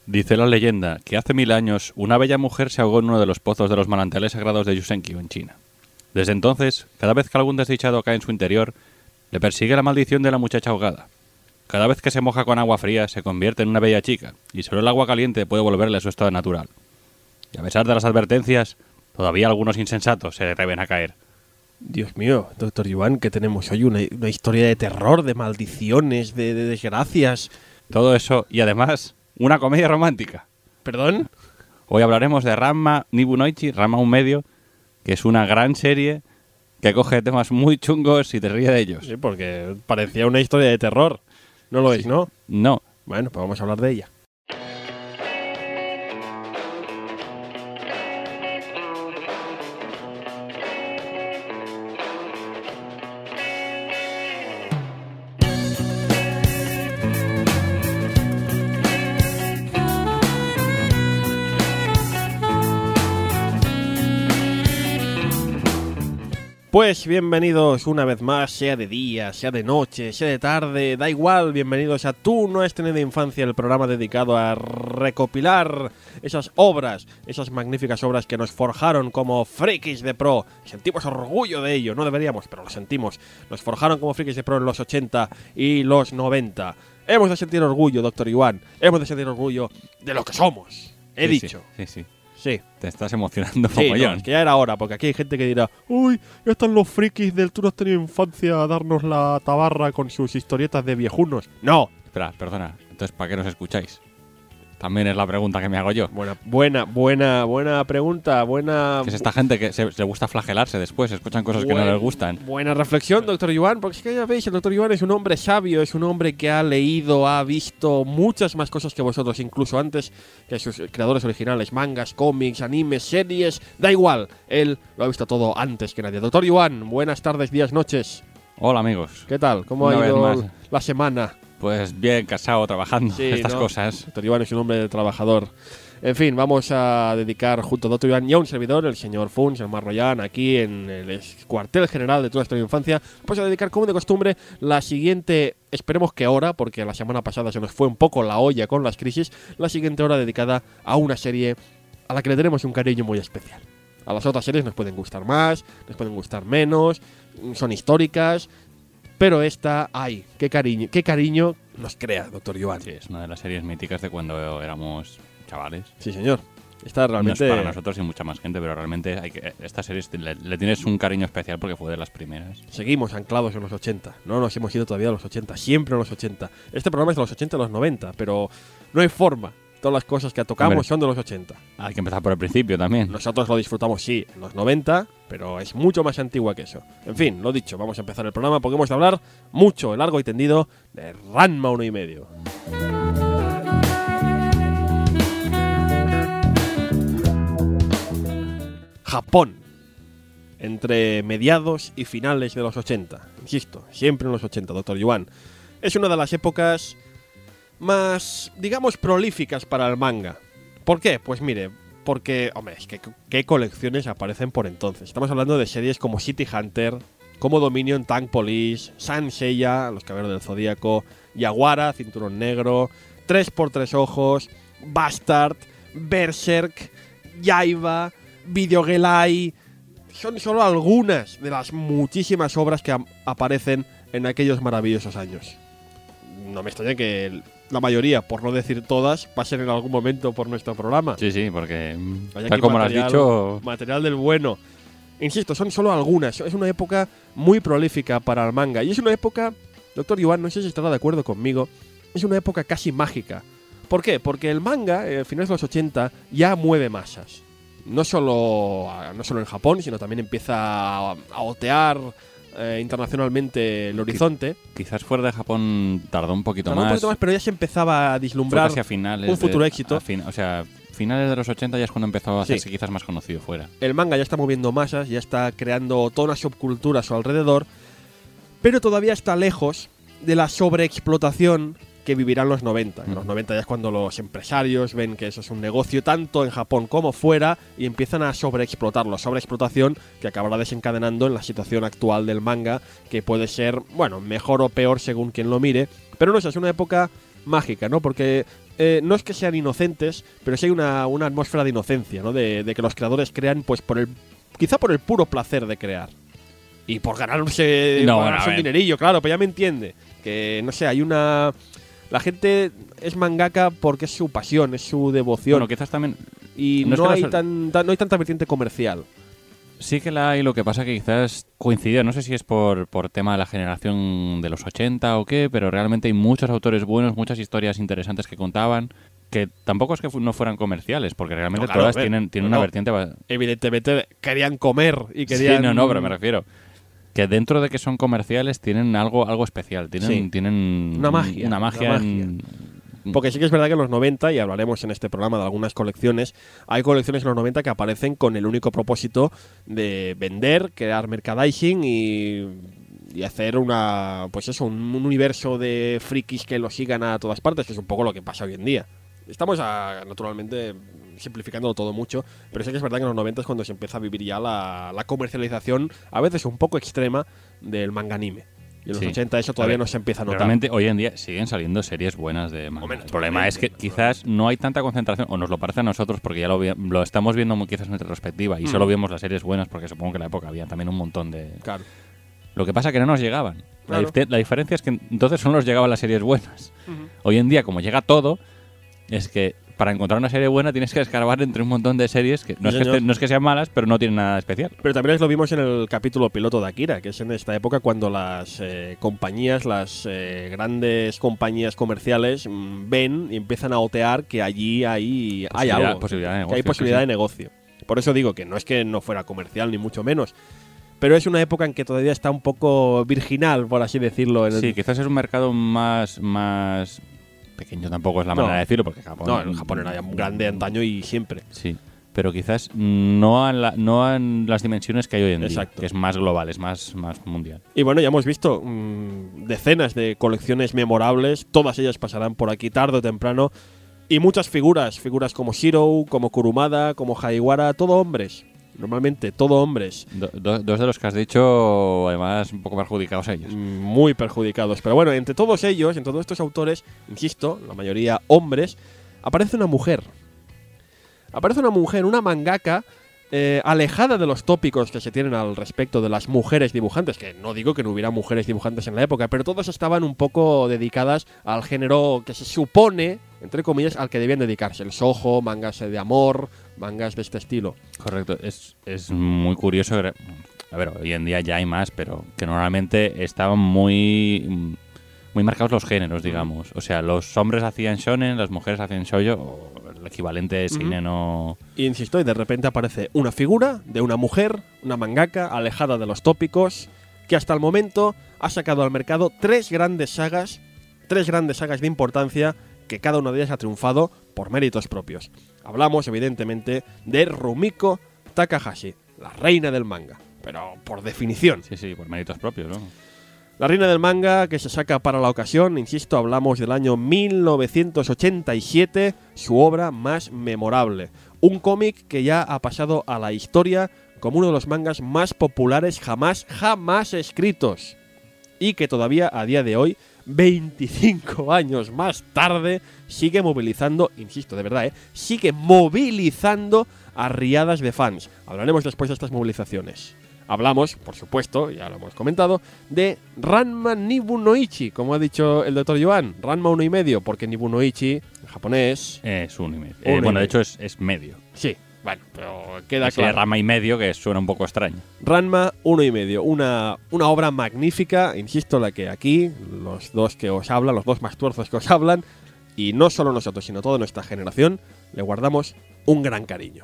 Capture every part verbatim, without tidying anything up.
Dice la leyenda que hace mil años una bella mujer se ahogó en uno de los pozos de los manantiales sagrados de Yusenkyo en China. Desde entonces, cada vez que algún desdichado cae en su interior, le persigue la maldición de la muchacha ahogada. Cada vez que se moja con agua fría se convierte en una bella chica, y solo el agua caliente puede volverle a su estado natural. Y a pesar de las advertencias, todavía algunos insensatos se atreven a caer. Dios mío, doctor Yuan, que tenemos hoy una, una historia de terror, de maldiciones, de, de desgracias. Todo eso, y además, una comedia romántica. ¿Perdón? Hoy hablaremos de Ranma Nibunoichi, Ranma un medio, que es una gran serie que coge temas muy chungos y te ríe de ellos. Sí, porque parecía una historia de terror. No lo Sí. es, ¿no? No. Bueno, pues vamos a hablar de ella. Pues bienvenidos una vez más, sea de día, sea de noche, sea de tarde, da igual, bienvenidos a Tú no has tenido infancia, el programa dedicado a recopilar esas obras, esas magníficas obras que nos forjaron como frikis de pro. Sentimos orgullo de ello, no deberíamos, pero lo sentimos. Nos forjaron como frikis de pro en los ochenta y los noventa. Hemos de sentir orgullo, doctor Yuan, hemos de sentir orgullo de lo que somos. He Sí, dicho. Sí, sí. sí. Sí. Te estás emocionando, Sí, no, mogollón. es que ya era hora, porque aquí hay gente que dirá: uy, ya están los frikis del Tú no has tenido infancia a darnos la tabarra con sus historietas de viejunos. No. Espera, perdona. Entonces, ¿para qué nos escucháis? También es la pregunta que me hago yo. Buena, buena, buena, buena pregunta, buena... Que es esta gente que se, se le gusta flagelarse después, escuchan cosas que no buen- les gustan. Buena reflexión, doctor Yuan, porque es que ya veis, el doctor Yuan es un hombre sabio, es un hombre que ha leído, ha visto muchas más cosas que vosotros, incluso antes que sus creadores originales, mangas, cómics, animes, series, da igual, él lo ha visto todo antes que nadie. Doctor Yuan, buenas tardes, días, noches. Hola, amigos. ¿Qué tal? ¿Cómo Una ha vez ido más. la semana? Pues bien, casado, trabajando, Sí, estas ¿no? cosas. Doctor Iván es un hombre trabajador. En fin, vamos a dedicar junto a Doctor Iván y a un servidor, el señor Funs, el Marroyán, aquí en el cuartel general de toda nuestra infancia, pues a dedicar como de costumbre la siguiente, esperemos que hora, porque la semana pasada se nos fue un poco la olla con las crisis, la siguiente hora dedicada a una serie a la que le tenemos un cariño muy especial. A las otras series nos pueden gustar más, nos pueden gustar menos, son históricas, pero esta, ay, qué cariño, qué cariño nos crea, doctor Yuan. Sí, es una de las series míticas de cuando éramos chavales. Sí, señor. Esta No realmente... es para nosotros y mucha más gente, pero realmente hay que, esta serie le, le tienes un cariño especial porque fue de las primeras. Seguimos anclados en los ochenta. No nos hemos ido todavía a los ochenta. Siempre en los ochenta. Este programa es de los ochenta a los noventa, pero no hay forma. Todas las cosas que tocamos Hombre. son de los ochenta. Hay que empezar por el principio también. Nosotros lo disfrutamos, sí, en los noventa, pero es mucho más antigua que eso. En fin, lo dicho, vamos a empezar el programa porque hemos de hablar mucho, largo y tendido, de Ranma uno y medio. Japón. Entre mediados y finales de los ochenta. Insisto, siempre en los ochenta, doctor Yuan. Es una de las épocas más, digamos, prolíficas para el manga. ¿Por qué? Pues mire, porque, hombre, es que qué colecciones aparecen por entonces. Estamos hablando de series como City Hunter, como Dominion Tank Police, Saint Seiya, Los Caballeros del Zodíaco, Yaguara, Cinturón Negro, tres por tres Ojos, Bastard, Berserk, Yaiba, Videogelai. Son solo algunas de las muchísimas obras que a- aparecen en aquellos maravillosos años. No me extraña que el- la mayoría, por no decir todas, pasen en algún momento por nuestro programa. Sí, sí, porque mm, Hay tal aquí como lo has material- dicho, Material del bueno. Insisto, son solo algunas. Es una época muy prolífica para el manga. Y es una época, doctor Yuan, no sé si estará de acuerdo conmigo, es una época casi mágica. ¿Por qué? Porque el manga, eh, a finales de los ochenta, ya mueve masas. No solo, no solo en Japón, sino también empieza a, a otear eh, internacionalmente el horizonte. quizás fuera de Japón tardó un poquito Tardó un más. poquito más, pero ya se empezaba a Fue vislumbrar casi a finales un futuro de- éxito. a fin- o sea, finales de los ochenta ya es cuando empezó a Sí. hacerse quizás más conocido fuera. El manga ya está moviendo masas, ya está creando toda una subcultura a su alrededor, pero todavía está lejos de la sobreexplotación que vivirán los noventa. En los noventa ya es cuando los empresarios ven que eso es un negocio tanto en Japón como fuera y empiezan a sobreexplotarlo. Sobreexplotación que acabará desencadenando en la situación actual del manga, que puede ser, bueno, mejor o peor según quien lo mire, pero no sé, es una época mágica, ¿no? Porque eh, no es que sean inocentes, pero sí hay una, una atmósfera de inocencia, ¿no? De, de que los creadores crean, pues, por el quizá por el puro placer de crear. Y por ganarse, No, por bueno, ganarse a un ver. dinerillo, claro, pero ya me entiende. Que, no sé, hay una... La gente es mangaka porque es su pasión, es su devoción. Bueno, quizás también... y no es no, que hay los- tan, tan- no hay tanta vertiente comercial. Sí que la hay, lo que pasa que quizás coincidió, no sé si es por, por tema de la generación de los ochenta o qué, pero realmente hay muchos autores buenos, muchas historias interesantes que contaban, que tampoco es que fu- no fueran comerciales, porque realmente No, claro, todas a ver, tienen, tienen no, una no. vertiente... ba- Evidentemente querían comer y querían... Sí, no, no, pero me refiero que dentro de que son comerciales tienen algo algo especial, tienen, Sí. tienen Una magia, una magia, una en- Porque sí que es verdad que en los noventa, y hablaremos en este programa de algunas colecciones, hay colecciones en los noventa que aparecen con el único propósito de vender, crear merchandising y, y hacer una pues eso, un, un universo de frikis que lo sigan a todas partes, que es un poco lo que pasa hoy en día. Estamos, a, naturalmente, simplificándolo todo mucho, pero sí que es verdad que en los noventa es cuando se empieza a vivir ya la, la comercialización, a veces un poco extrema, del manga anime. Y en los Sí. ochenta eso A todavía ver, no se empieza a notar. Realmente hoy en día siguen saliendo series buenas de manga. Hombre, El problema es que naturalmente, quizás no hay tanta concentración, o nos lo parece a nosotros porque ya lo, vi- lo estamos viendo muy quizás en retrospectiva y Mm. solo vemos las series buenas porque supongo que en la época había también un montón de... Claro. Lo que pasa es que no nos llegaban. La Claro. dif- La, diferencia es que entonces solo nos llegaban las series buenas. Hoy en día, como llega todo, es que para encontrar una serie buena tienes que escarbar entre un montón de series que no, es Sí, que, señor. estén- no es que sean malas, pero no tienen nada especial. Pero también lo vimos en el capítulo piloto de Akira, que es en esta época cuando las eh, compañías, las eh, grandes compañías comerciales mm, ven y empiezan a otear que allí hay, hay Posibilidad- algo, posibilidad de que negocio, hay posibilidad sí, de sí. negocio. Por eso digo que no es que no fuera comercial, ni mucho menos. Pero es una época en que todavía está un poco virginal, por así decirlo. En el- Sí, quizás es un mercado más, más pequeño, tampoco es la No. manera de decirlo, porque Japón... No, en Japón era ya un grande antaño y siempre. Sí, pero quizás no en, la- no en las dimensiones que hay hoy en Exacto. día, que es más global, es más, más mundial. Y bueno, ya hemos visto mm, decenas de colecciones memorables, todas ellas pasarán por aquí tarde o temprano, y muchas figuras, figuras como Shiro, como Kurumada, como Haiwara, todo hombres, normalmente todo hombres, Do- do- dos de los que has dicho, además, un poco perjudicados ellos. mm, muy perjudicados. Pero bueno, entre todos ellos, entre todos estos autores, insisto, la mayoría hombres, aparece una mujer. Aparece una mujer, una mangaka, eh, alejada de los tópicos que se tienen al respecto de las mujeres dibujantes, que no digo que no hubiera mujeres dibujantes en la época, pero todas estaban un poco dedicadas al género que se supone, entre comillas, al que debían dedicarse. El shoujo, mangas de amor, mangas de este estilo. Correcto, es, es muy curioso. que- A ver, hoy en día ya hay más, pero que normalmente estaban muy, muy marcados los géneros, digamos. O sea, los hombres hacían shonen, las mujeres hacían shoujo, o el equivalente es seinen o... Y insisto, y de repente aparece una figura de una mujer, una mangaka, alejada de los tópicos, que hasta el momento ha sacado al mercado tres grandes sagas, tres grandes sagas de importancia, que cada una de ellas ha triunfado por méritos propios. Hablamos, evidentemente, de Rumiko Takahashi, la reina del manga, pero por definición. Sí, sí, por méritos propios, ¿no? La reina del manga que se saca para la ocasión, insisto, hablamos del año mil novecientos ochenta y siete, su obra más memorable. Un cómic que ya ha pasado a la historia como uno de los mangas más populares jamás, jamás escritos. Y que todavía a día de hoy, veinticinco años más tarde, sigue movilizando, insisto, de verdad, ¿eh? sigue movilizando a riadas de fans. Hablaremos después de estas movilizaciones. Hablamos, por supuesto, ya lo hemos comentado, de Ranma Nibu no Ichi, como ha dicho el doctor Joan. Ranma uno y medio, porque Nibu no Ichi, en japonés, Es un y medio. Un Eh, y bueno, medio. de hecho es, es medio. sí, bueno, pero queda Ese claro. rama y medio que suena un poco extraño. Ranma uno y medio, una, una obra magnífica, insisto, la que aquí, los dos que os hablan, los dos más tuerzos que os hablan, y no solo nosotros, sino toda nuestra generación, le guardamos un gran cariño.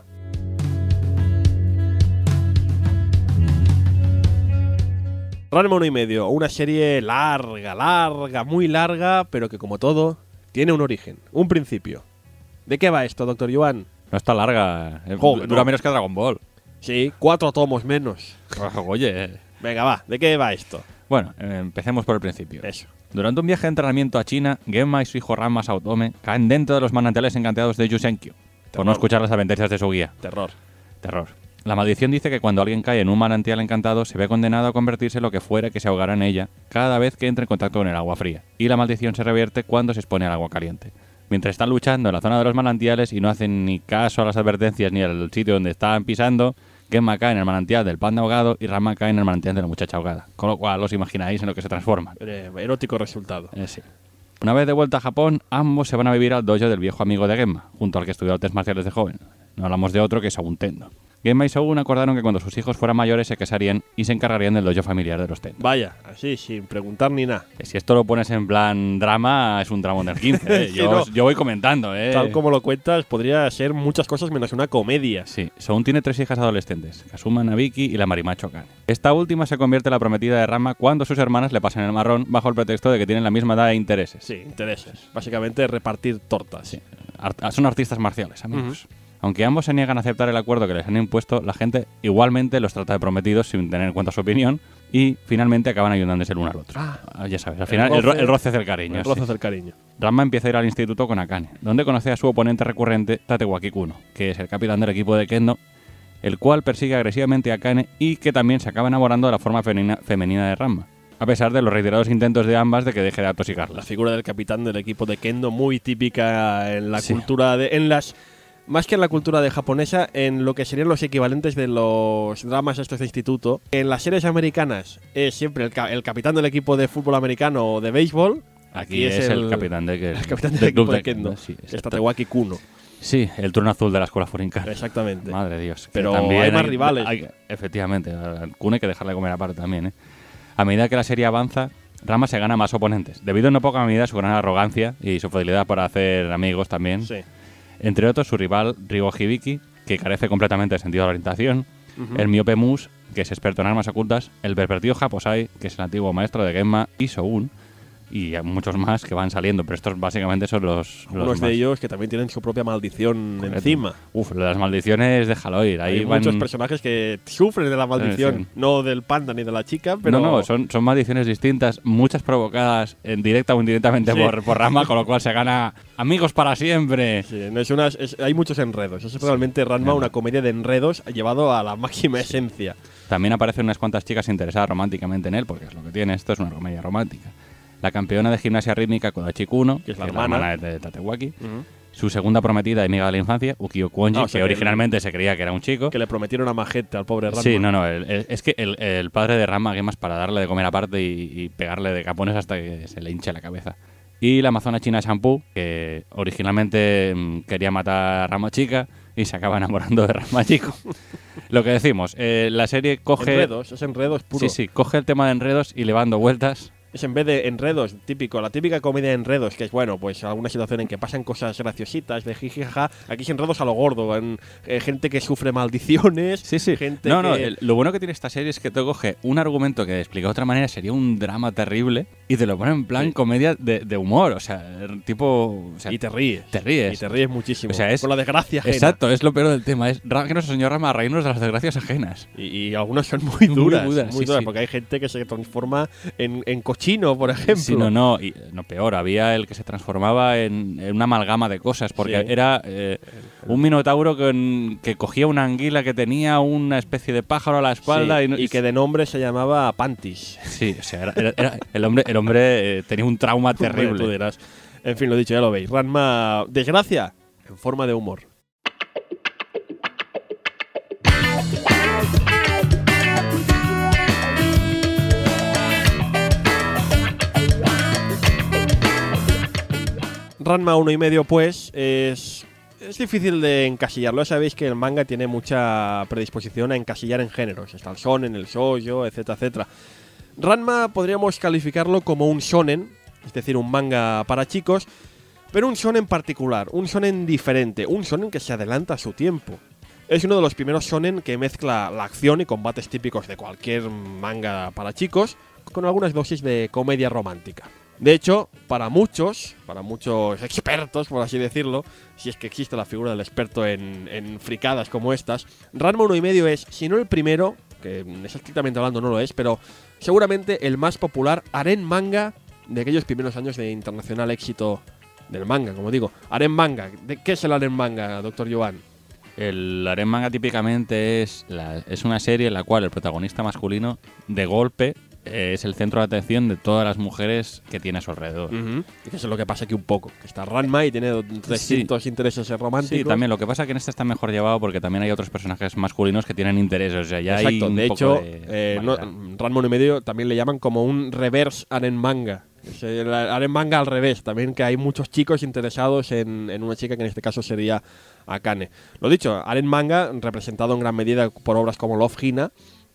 Ranma uno y medio, una serie larga, larga, muy larga, pero que como todo, tiene un origen, un principio. ¿De qué va esto, doctor Joan? No está larga. eh, Joder, dura no. menos que Dragon Ball. Sí, cuatro tomos menos. Oye. eh. Venga, va, ¿de qué va esto? Bueno, eh, empecemos por el principio. Eso. Durante un viaje de entrenamiento a China, Genma y su hijo Ranma Saotome caen dentro de los manantiales encantados de Yusenkyo, por no escuchar las aventuras de su guía. Terror. Terror. La maldición dice que cuando alguien cae en un manantial encantado se ve condenado a convertirse en lo que fuera que se ahogara en ella cada vez que entre en contacto con el agua fría. Y la maldición se revierte cuando se expone al agua caliente. mientras están luchando en la zona de los manantiales y no hacen ni caso a las advertencias ni al sitio donde estaban pisando, Genma cae en el manantial del panda ahogado y Ranma cae en el manantial de la muchacha ahogada. Con lo cual os imagináis en lo que se transforman. Eh, erótico resultado. Eh, sí. Una vez de vuelta a Japón, ambos se van a vivir al dojo del viejo amigo de Genma, junto al que estudió artes marciales de joven. No hablamos de otro que Shogun Tendo. Genma y Shogun acordaron que cuando sus hijos fueran mayores se casarían y se encargarían del dojo familiar de los Tendo. Vaya, así, sin preguntar ni nada. Si esto lo pones en plan drama, es un drama del quince. ¿eh? Sí, yo, no. yo voy comentando. ¿eh? Tal como lo cuentas, podría ser muchas cosas menos una comedia. Sí, Shogun tiene tres hijas adolescentes, Kazuma, Nabiki y la Marimacho Kane. Esta última se convierte en la prometida de Ranma cuando sus hermanas le pasan el marrón bajo el pretexto de que tienen la misma edad e intereses. Sí, intereses. Básicamente repartir tortas. Sí. Art- son artistas marciales, amigos. Uh-huh. Aunque ambos se niegan a aceptar el acuerdo que les han impuesto, la gente igualmente los trata de prometidos sin tener en cuenta su opinión y finalmente acaban ayudándose el uno al otro. Ah, ya sabes, al final el roce, el ro- el roce hace el cariño. El roce sí. hace el cariño. Ranma empieza a ir al instituto con Akane, donde conoce a su oponente recurrente Tatewaki Kuno, que es el capitán del equipo de Kendo, el cual persigue agresivamente a Akane y que también se acaba enamorando de la forma femenina, femenina de Ranma, a pesar de los reiterados intentos de ambas de que deje de atosigarla. La figura del capitán del equipo de Kendo, muy típica en la Sí. cultura de... en las Más que en la cultura de japonesa, en lo que serían los equivalentes de los dramas estos de instituto. En las series americanas es siempre el, ca- el capitán del equipo de fútbol americano o de béisbol. Aquí es, es el, el capitán, de que, el capitán del, del equipo club de de Kendo. Kendo. Sí, es Tatewaki Kuno. Sí, el turno azul de la escuela Furinkan. Exactamente. Madre de Dios. Pero también hay más rivales. Hay, efectivamente, al Kuno hay que dejarle comer aparte también. ¿eh? A medida que la serie avanza, Ranma se gana más oponentes, debido en no poca medida a su gran arrogancia y su facilidad para hacer amigos también. Sí. Entre otros, su rival Rigo Hibiki, que carece completamente de sentido de orientación, Uh-huh. el miope Mus, que es experto en armas ocultas, el pervertido Japosai, que es el antiguo maestro de Genma, y Shogun, y hay muchos más que van saliendo, pero estos básicamente son los, los Unos de más. ellos que también tienen su propia maldición Correcto. encima. Uf, lo de las maldiciones, déjalo ir. Ahí Hay van... muchos personajes que sufren de la maldición, Eh, sí. no del panda ni de la chica, pero... No, no, son, son maldiciones distintas, muchas provocadas en directa o indirectamente Sí. por, por Ranma, con lo cual se gana amigos para siempre. Sí, no es unas, es- hay muchos enredos. Es realmente Ranma, Sí. una comedia de enredos llevado a la máxima esencia. También aparecen unas cuantas chicas interesadas románticamente en él, porque es lo que tiene, esto es una comedia romántica. La campeona de gimnasia rítmica Kodachi Kuno, Que es la hermana. de Tatewaki. Su segunda prometida y amiga de la infancia, Ukio Kwonji, Ah, o que sea, que originalmente se creía que era un chico. Que le prometieron a Majete al pobre Ranma. Sí, no, no. el- el- es que el, el padre de Ranma Gemas para darle de comer aparte y, y pegarle de capones hasta que se le hinche la cabeza. Y la amazona china Shampoo, que originalmente mm, quería matar a Ranma chica y se acaba enamorando de Ranma chico. Lo que decimos, eh, la serie coge... Enredos, es enredos puro. Sí, sí, coge el tema de enredos y le va dando vueltas. Es en vez de enredos, típico, la típica comedia de enredos, que es bueno, pues alguna situación en que pasan cosas graciositas, de jijijaja. Aquí es enredos a lo gordo, en, eh, gente que sufre maldiciones. Sí, sí. Gente no, no, que- el- lo bueno que tiene esta serie es que te coge un argumento que explicado de otra manera sería un drama terrible y te lo pone en plan Sí. comedia de, de humor, o sea, er, tipo... o sea, Y te ríes. te ríes. Y te ríes muchísimo. O sea, es- Con la desgracia ajena. Exacto, es lo peor del tema. Es ra- que nos enseñó Rama a reírnos de las desgracias ajenas. Y, y algunas son muy duras. Muy duras, duras, sí, sí. porque hay gente que se transforma en, en cochino, por ejemplo. Sí, no, no. Y, no, peor, había el que se transformaba en, en una amalgama de cosas, porque Sí. era eh, un minotauro con- que cogía una anguila que tenía una especie de pájaro a la espalda. Sí, y, no- y que de nombre se llamaba Pantis. Sí, o sea, era- era- era- el hombre, el hombre eh, tenía un trauma Bueno, tú terrible. dirás. En fin, lo dicho, ya lo veis. Ranma, desgracia, en forma de humor. Ranma uno y medio, pues, es, es difícil de encasillarlo. Ya sabéis que el manga tiene mucha predisposición a encasillar en géneros. Está el shonen, el shoujo, etcétera, etcétera. Ranma podríamos calificarlo como un shonen, es decir, un manga para chicos, pero un shonen particular, un shonen diferente, un shonen que se adelanta a su tiempo. Es uno de los primeros shonen que mezcla la acción y combates típicos de cualquier manga para chicos con algunas dosis de comedia romántica. De hecho, para muchos, para muchos expertos, por así decirlo, si es que existe la figura del experto en, en fricadas como estas, Ranma uno y medio es, si no el primero, que estrictamente hablando no lo es, pero seguramente el más popular harem manga de aquellos primeros años de internacional éxito del manga, como digo. Harem manga, ¿de qué es el harem manga, doctor Joan? El harem manga típicamente es, la- es una serie en la cual el protagonista masculino, de golpe, eh, es el centro de atención de todas las mujeres que tiene a su alrededor. Uh-huh. Y que eso es lo que pasa aquí un poco. Que está Ranma y tiene trescientos sí. intereses románticos. Sí, también. Lo que pasa es que en este está mejor llevado porque también hay otros personajes masculinos que tienen intereses. O sea, ya Exacto. hay un de poco hecho, de eh, no, Ranma uno y medio también le llaman como un reverse Aren manga. Es el Aren manga al revés. También que hay muchos chicos interesados en, en una chica que en este caso sería Akane. Lo dicho, Aren manga, representado en gran medida por obras como Love Hina,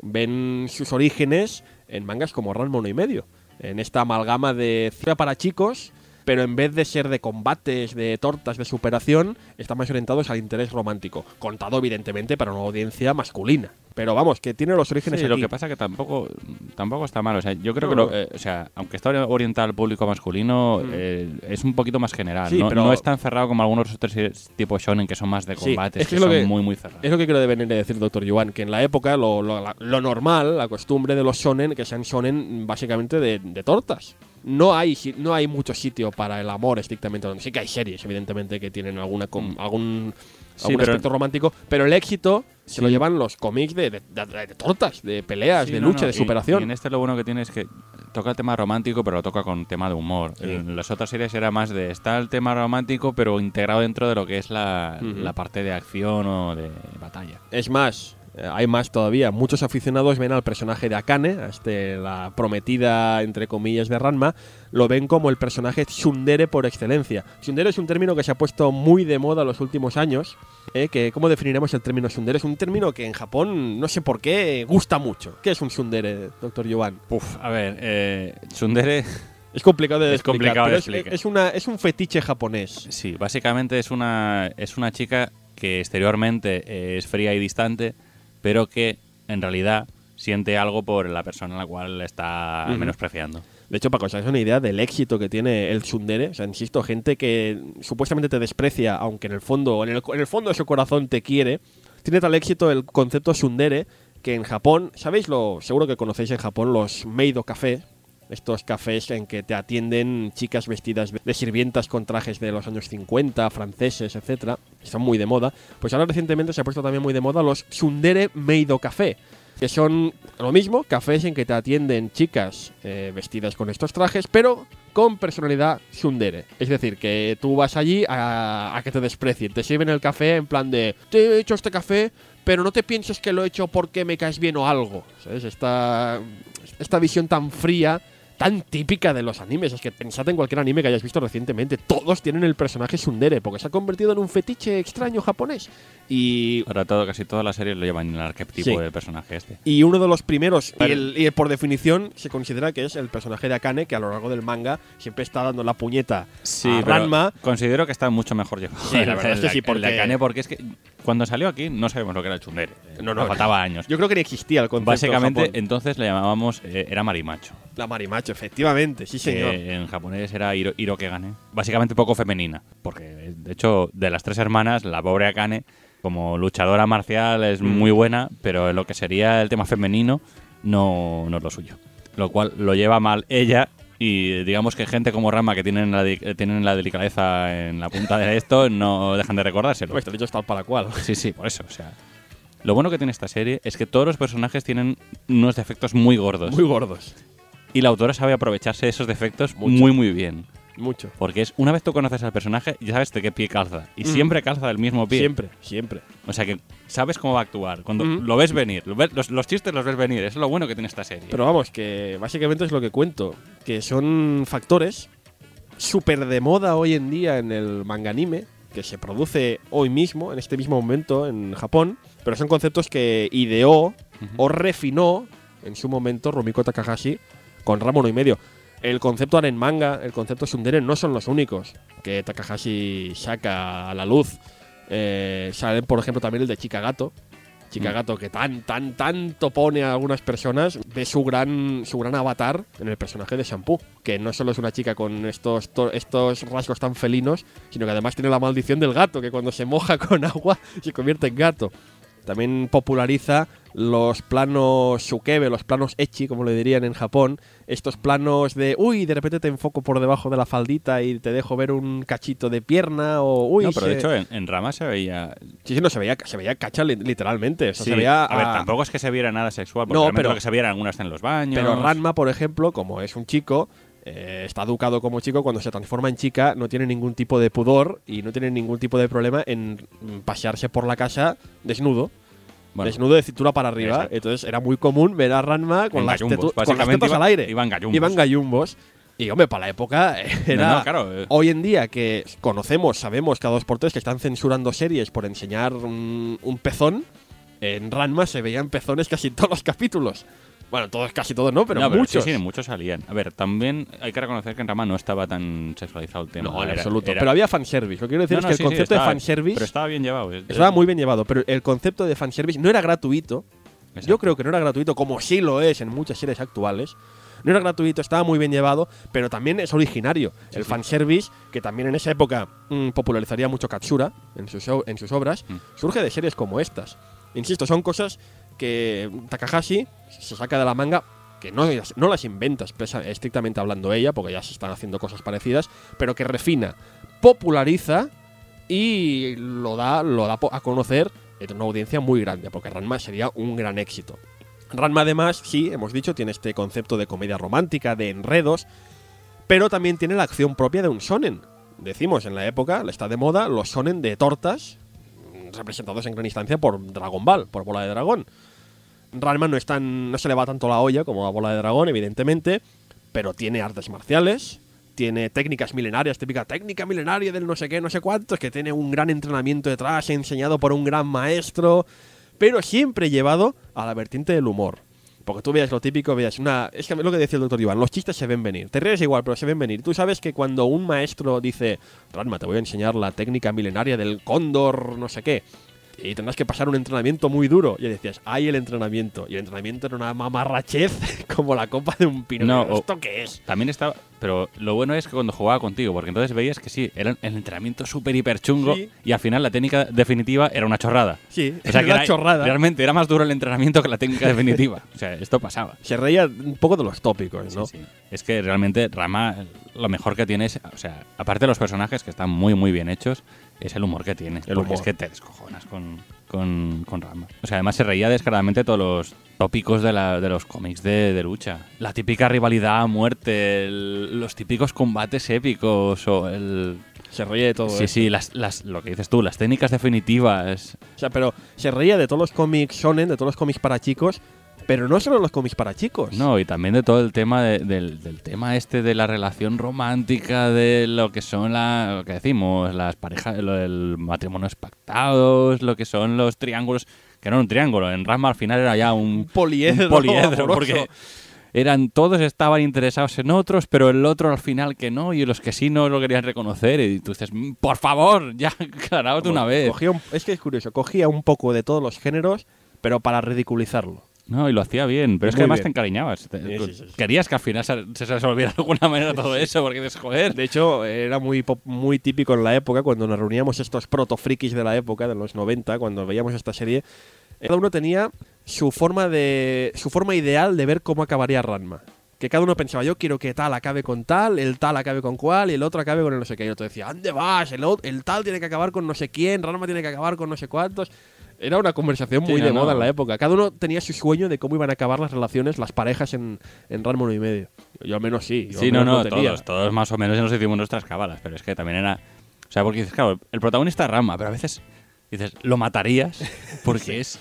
ven sus orígenes en mangas como Ranma uno y medio, en esta amalgama de ciencia para chicos, pero en vez de ser de combates, de tortas, de superación, están más orientados al interés romántico, contado evidentemente para una audiencia masculina. Pero vamos, que tiene los orígenes sí, aquí. Lo que pasa que tampoco tampoco está mal. O sea, yo creo no, que, lo, eh, o sea, aunque está orientado al público masculino, mm. eh, es un poquito más general. Sí, no, pero no es tan cerrado como algunos otros tipos shonen que son más de combates, sí, es que, que son que, muy, muy cerrados. Es lo que quiero venir a decir, doctor Yuan, que en la época lo, lo, lo normal, la costumbre de los shonen, que sean shonen básicamente de, de tortas. No hay, no hay mucho sitio para el amor estrictamente. Sí que hay series, evidentemente, que tienen alguna mm. algún, sí, algún aspecto romántico, pero el éxito sí. se lo llevan los cómics de, de, de, de tortas, de peleas, sí, de lucha, no, no. de superación. Y, y en este lo bueno que tiene es que toca el tema romántico, pero lo toca con tema de humor. Sí. En las otras series era más de está el tema romántico, pero integrado dentro de lo que es la, uh-huh. la parte de acción o de batalla. Es más, hay más todavía. Muchos aficionados ven al personaje de Akane, a este, la prometida, entre comillas, de Ranma, lo ven como el personaje tsundere por excelencia. Tsundere es un término que se ha puesto muy de moda en los últimos años. ¿eh? Que, ¿Cómo definiremos el término tsundere? Es un término que en Japón, no sé por qué, gusta mucho. ¿Qué es un tsundere, doctor Yuan? Uf, a ver, eh, tsundere... Es complicado de es explicar, complicado de pero explicar. Es, es, una, es un fetiche japonés. Sí, básicamente es una, es una chica que exteriormente es fría y distante, pero que en realidad siente algo por la persona a la cual le está uh-huh. menospreciando. De hecho, para que os hagáis una idea del éxito que tiene el tsundere, o sea, insisto, gente que supuestamente te desprecia, aunque en el fondo, en el, en el fondo de su corazón te quiere, tiene tal éxito el concepto tsundere que en Japón, ¿sabéis lo? Seguro que conocéis en Japón los Meido Café, estos cafés en que te atienden chicas vestidas de sirvientas con trajes de los años cincuenta, franceses, etcétera. Están muy de moda. Pues ahora recientemente se ha puesto también muy de moda los tsundere Meido Café, que son lo mismo, cafés en que te atienden chicas eh, vestidas con estos trajes, pero con personalidad tsundere. Es decir, que tú vas allí a, a que te desprecien. Te sirven el café en plan de, te he hecho este café, pero no te pienses que lo he hecho porque me caes bien o algo. ¿Sabes? Esta, esta visión tan fría, tan típica de los animes. Es que pensad en cualquier anime que hayáis visto recientemente. Todos tienen el personaje tsundere, porque se ha convertido en un fetiche extraño japonés. Y ahora todo, casi todas las series lo llevan en el arquetipo sí. del personaje este. Y uno de los primeros, y, el, y por definición se considera que es el personaje de Akane, que a lo largo del manga siempre está dando la puñeta sí, a Ranma. Considero que está mucho mejor llevado. Sí, la verdad es que sí, porque el de Akane, porque es que cuando salió aquí no sabemos lo que era el tsundere. No, no, faltaba años. Yo creo que ni existía el concepto. Básicamente, en Japón. Entonces le llamábamos, eh, era marimacho. La marimacho, efectivamente, sí señor. Que en japonés era Hiro, Hirokegane. Básicamente poco femenina, porque de hecho de las tres hermanas, la pobre Akane, como luchadora marcial es mm. muy buena, pero en lo que sería el tema femenino no, no es lo suyo. Lo cual lo lleva mal ella. Y digamos que gente como Ranma que tienen la, tienen la delicadeza en la punta de esto no dejan de recordárselo. Pues te lo he dicho tal para cual. Sí, sí, por eso. O sea, lo bueno que tiene esta serie es que todos los personajes tienen unos defectos muy gordos. Muy gordos. Y la autora sabe aprovecharse de esos defectos Mucho. muy, muy bien. Mucho. Porque es una vez tú conoces al personaje, ya sabes de qué pie calza. Y mm. siempre calza del mismo pie. Siempre, siempre. O sea que sabes cómo va a actuar. Cuando mm. lo ves venir, lo ves, los, los chistes los ves venir. Eso es lo bueno que tiene esta serie. Pero vamos, que básicamente es lo que cuento. Que son factores súper de moda hoy en día en el manga anime, que se produce hoy mismo, en este mismo momento, en Japón. Pero son conceptos que ideó uh-huh. o refinó en su momento Rumiko Takahashi con Ranma uno y medio. El concepto Aren manga, el concepto tsundere no son los únicos que Takahashi saca a la luz. Eh, salen, por ejemplo, también el de Chica Gato. Chica Gato, que tan, tan, tanto pone a algunas personas de su gran, su gran avatar en el personaje de Shampoo. Que no solo es una chica con estos, to, estos rasgos tan felinos, sino que además tiene la maldición del gato, que cuando se moja con agua se convierte en gato. también populariza los planos sukebe, los planos ecchi, como le dirían en Japón. Estos planos de, uy, de repente te enfoco por debajo de la faldita y te dejo ver un cachito de pierna o, uy... No, pero se... de hecho en, en Rama se veía... Sí, sí, no, se veía, se veía cacha li- literalmente. O sea, Sí, se veía a ver, a- tampoco es que se viera nada sexual, porque No, realmente pero- lo que se viera algunas en los baños... Pero Ranma, por ejemplo, como es un chico, eh, está educado como chico, cuando se transforma en chica no tiene ningún tipo de pudor y no tiene ningún tipo de problema en mm, pasearse por la casa desnudo. Bueno, Desnudo de cintura para arriba. exacto. Entonces era muy común ver a Ranma con, En las, gallumbos, tetu- con las básicamente tetas iba- al aire. iban gallumbos. Iban gallumbos. Y hombre, para la época eh, era... No, no, claro, eh. Hoy en día que conocemos, sabemos cada dos por tres que están censurando series por enseñar un, un pezón, en Ranma se veían pezones casi en todos los capítulos. Bueno, todos, casi todos no, pero No, muchos. Sí, sí, muchos salían. A ver, también hay que reconocer que en Rama no estaba tan sexualizado el tema. No, en Era- absoluto. era- Pero había fanservice. Lo que quiero decir No, es no, que el sí, sí, concepto estaba- de fanservice Pero estaba bien llevado. es- estaba muy bien llevado. Pero el concepto de fanservice no era gratuito. Exacto. Yo creo que no era gratuito, como sí lo es en muchas series actuales. No era gratuito, estaba muy bien llevado, pero también es originario. el sí. fanservice, que también en esa época mm, popularizaría mucho Katsura en sus, o- en sus obras, Mm. surge de series como estas. Insisto, son cosas que Takahashi se saca de la manga, que no, no las inventa expresa- estrictamente hablando ella, porque ya se están haciendo cosas parecidas, pero que refina, populariza y lo da, lo da po- a conocer en una audiencia muy grande, porque Ranma sería un gran éxito. Ranma además, sí, hemos dicho, tiene este concepto de comedia romántica, de enredos, pero también tiene la acción propia de un shonen. Decimos, en la época, está de moda los shonen de tortas, representados en gran instancia por Dragon Ball, por Bola de Dragón. Ranma no, es tan, no se le va tanto la olla como a Bola de Dragón, evidentemente, pero tiene artes marciales, tiene técnicas milenarias, típica técnica milenaria del no sé qué, no sé cuántos, que tiene un gran entrenamiento detrás, enseñado por un gran maestro, pero siempre llevado a la vertiente del humor. Porque tú veas lo típico, veas una... Es que es lo que decía el doctor Iván, los chistes se ven venir. Te ríes igual, pero se ven venir. Tú sabes que cuando un maestro dice, Ranma, te voy a enseñar la técnica milenaria del cóndor, no sé qué, y tendrás que pasar un entrenamiento muy duro. Y decías, hay el entrenamiento. Y el entrenamiento era una mamarrachez como la copa de un pino. No, Pero, o- ¿esto qué es? También estaba... Pero lo bueno es que cuando jugaba contigo, porque entonces veías que sí, era el entrenamiento súper hiper chungo Sí. y al final la técnica definitiva era una chorrada. Sí, O sea, es que una era- chorrada. realmente era más duro el entrenamiento que la técnica definitiva. O sea, esto pasaba. Se reía un poco de los tópicos, ¿no? Sí, sí. Es que realmente Rama, lo mejor que tiene es, o sea, aparte de los personajes que están muy, muy bien hechos, es el humor que tiene. El porque humor. es que te descojonas con, con, con Rama. O sea, además se reía descaradamente todos los tópicos de, la, de los cómics de, de lucha. La típica rivalidad a muerte, el- los típicos combates épicos o el... Se reía de todo Sí, eso. sí, las, las, lo que dices tú, las técnicas definitivas. O sea, pero se reía de todos los cómics shonen, de todos los cómics para chicos, pero no solo los cómics para chicos. No, y también de todo el tema de- del, del tema este de la relación romántica, de lo que son la, lo que decimos, las parejas, lo del matrimonios pactados, lo que son los triángulos, que no era un triángulo, en Ranma al final era ya un, Un poliedro un poliedro, amoroso. porque eran todos estaban interesados en otros, pero el otro al final que no, y los que sí no lo querían reconocer, y tú dices, "Mm, por favor, ya, aclaraos de una vez. Cogía un- es que es curioso, cogía un poco de todos los géneros, pero para ridiculizarlo. No, y lo hacía bien, pero es que Muy además bien. te encariñabas. Te- Sí, sí, sí, sí. Querías que al final se, se resolviera de alguna manera todo eso, porque dices, joder. De hecho, era muy, pop- muy típico en la época, cuando nos reuníamos estos protofrikis de la época, de los noventa, cuando veíamos esta serie, cada uno tenía su forma, de, su forma ideal de ver cómo acabaría Ranma. Que cada uno pensaba, yo quiero que tal acabe con tal, el tal acabe con cual y el otro acabe con el no sé qué. Y el otro decía, ¿dónde vas? El, ot- el tal tiene que acabar con no sé quién, Ranma tiene que acabar con no sé cuántos. Era una conversación Sí, muy no, de moda no. en la época. Cada uno tenía su sueño de cómo iban a acabar las relaciones, las parejas en, en Ranma uno y medio. Yo al menos sí. yo Sí, al no, menos no, lo tenía. todos, todos más o menos ya nos hicimos nuestras cabalas, pero es que también era... O sea, porque dices, claro, el protagonista es Rama, pero a veces dices, lo matarías porque es...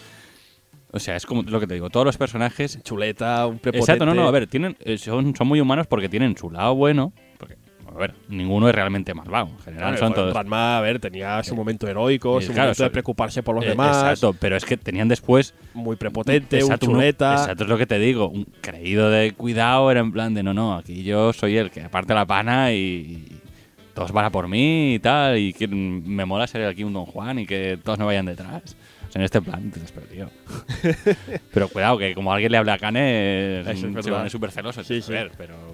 O sea, es como lo que te digo, todos los personajes... Chuleta, un prepotente. Exacto, no, no, a ver, tienen, eh, son, son muy humanos porque tienen su lado bueno, porque, a ver, ninguno es realmente malvado, en general Claro, son joder, todos... Ranma, a ver, tenía su momento heroico, Sí, su claro, momento de eso- preocuparse por los Eh, demás. Exacto, pero es que tenían después... Muy prepotente, Exacto, un uno- chuleta. exacto, es lo que te digo. Un creído de cuidado era en plan de no, no, aquí yo soy el que aparte la pana y, y todos van a por mí y tal. Y que me mola ser aquí un Don Juan y que todos me vayan detrás. O sea, en este plan, dices, pero tío. Pero cuidado, que como alguien le habla a Kane, Eso es se verdad. pone súper celoso. Sí, Sí, sí. pero.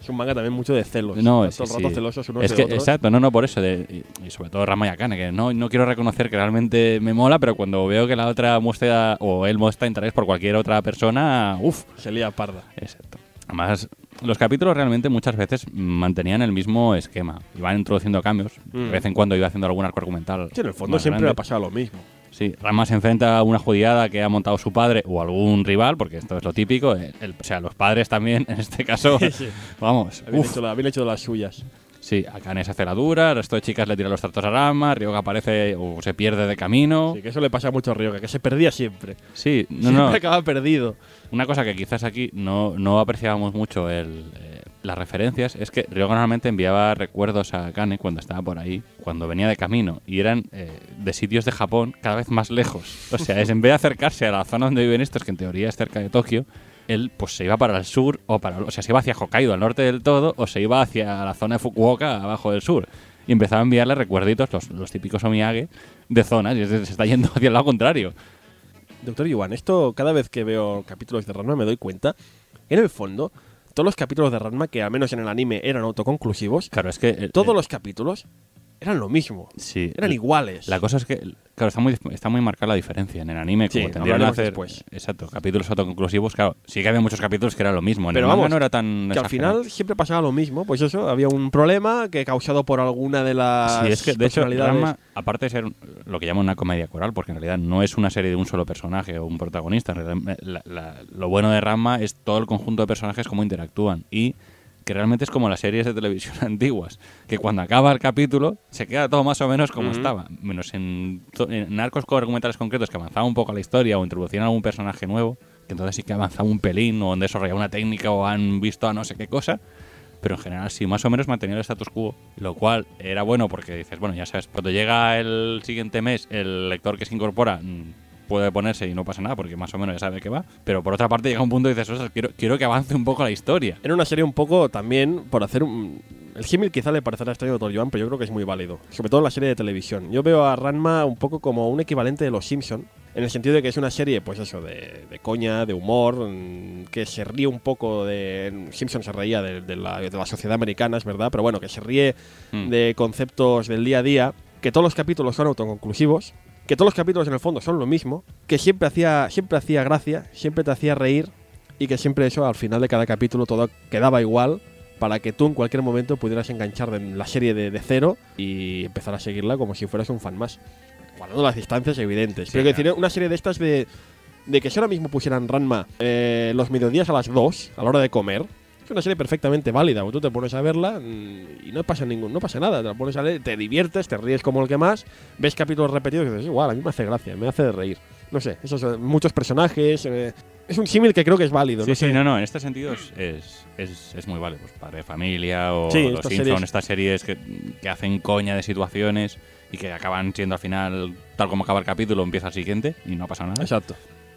Es un manga también mucho de celos. No, Todo sí, el rato sí. celosos unos Es de que, otros. exacto, no, no, por eso. De, y, y sobre todo Rama y Akane, que no, no quiero reconocer que realmente me mola, pero cuando veo que la otra muestra, o él muestra interés por cualquier otra persona, uff. Se lía parda. Exacto. Además, los capítulos realmente muchas veces mantenían el mismo esquema. Iban introduciendo cambios. Mm. De vez en cuando iba haciendo algún arco argumental. Sí, en el fondo más siempre grande. ha pasado lo mismo. Sí, Ranma se enfrenta a una jodiada que ha montado su padre o algún rival, porque esto es lo típico. El, el- o sea, los padres también, en este caso, Sí. vamos. Habían uf. hecho, la- habían hecho de las suyas. Sí, Akane se hace la dura, el resto de chicas le tiran los trastos a Ranma, Ryoga aparece o se pierde de camino. Sí, que eso le pasa mucho a Ryoga, que se perdía siempre. Sí, no, siempre no. acaba perdido. Una cosa que quizás aquí no, no apreciábamos mucho el, eh, las referencias es que Ryoga normalmente enviaba recuerdos a Akane cuando estaba por ahí, cuando venía de camino, y eran eh, de sitios de Japón cada vez más lejos. O sea, es en vez de acercarse a la zona donde viven estos, que en teoría es cerca de Tokio, él pues se iba para el sur, o para o sea, se iba hacia Hokkaido, al norte del todo, o se iba hacia la zona de Fukuoka, abajo del sur. Y empezaba a enviarle recuerditos, los, los típicos omiyage, de zonas, y se está yendo hacia el lado contrario. Doctor Yuan, esto cada vez que veo capítulos de Ranma me doy cuenta, en el fondo, todos los capítulos de Ranma, que al menos en el anime eran autoconclusivos, Claro, es que... eh, todos eh, los capítulos eran lo mismo. sí, Eran iguales. La cosa es que, claro, está muy, está muy marcada la diferencia. En el anime, como Sí, tendrían a hablaremos hacer después. exacto, capítulos autoconclusivos, claro, sí que había muchos capítulos que era lo mismo. En Pero el manga vamos, no era tan que al exagerado. final siempre pasaba lo mismo. Pues eso, había un problema que causado por alguna de las Sí, es que de hecho, personalidades. Ranma, aparte de ser un- lo que llaman una comedia coral, porque en realidad no es una serie de un solo personaje o un protagonista, en realidad, eh, la- la- lo bueno de Ranma es todo el conjunto de personajes cómo interactúan y que realmente es como las series de televisión antiguas, que cuando acaba el capítulo se queda todo más o menos como Ujú. estaba, menos en, to- en arcos argumentales concretos que avanzaba un poco la historia o introducían algún personaje nuevo, que entonces sí que avanzaba un pelín o han desarrollado una técnica o han visto a no sé qué cosa. Pero en general sí, más o menos mantenía el status quo, lo cual era bueno porque dices, bueno, ya sabes, cuando llega el siguiente mes, el lector que se incorpora mm, puede ponerse y no pasa nada porque más o menos ya sabe que va, pero por otra parte llega un punto y dices, ostras, quiero, quiero que avance un poco la historia. Era una serie un poco también por hacer un. El símil quizá le parecerá extraño a Doctor Yuan, pero yo creo que es muy válido. Sobre todo en la serie de televisión. Yo veo a Ranma un poco como un equivalente de Los Simpson, en el sentido de que es una serie, pues eso, de, de coña, de humor, mm, que se ríe un poco de. Simpson se reía de, de la, de la sociedad americana, es verdad, pero bueno, que se ríe Mm. de conceptos del día a día, que todos los capítulos son autoconclusivos, que todos los capítulos en el fondo son lo mismo, que siempre hacía, siempre hacía gracia, siempre te hacía reír y que siempre eso al final de cada capítulo todo quedaba igual para que tú en cualquier momento pudieras enganchar en la serie de, de cero y empezar a seguirla como si fueras un fan más. Guardando las distancias evidentes. Sí, Pero que claro. decir, una serie de estas de, de que si ahora mismo pusieran Ranma eh, los mediodías a las dos, a la hora de comer, es una serie perfectamente válida. Tú te pones a verla mm, y no pasa ningún, no pasa nada. Te la pones a leer, te diviertes, te ríes como el que más, ves capítulos repetidos y dices, igual, a mí me hace gracia, me hace reír. No sé, esos eh, muchos personajes. eh, es un símil que creo que es válido. Sí, no sí, sé. no, no, en este sentido es, es, es, es muy válido. Pues Padre de Familia o Sí, Los estas Simpson, series- estas series que, que hacen coña de situaciones y que acaban siendo al final, tal como acaba el capítulo, empieza el siguiente y no pasa nada. Exacto.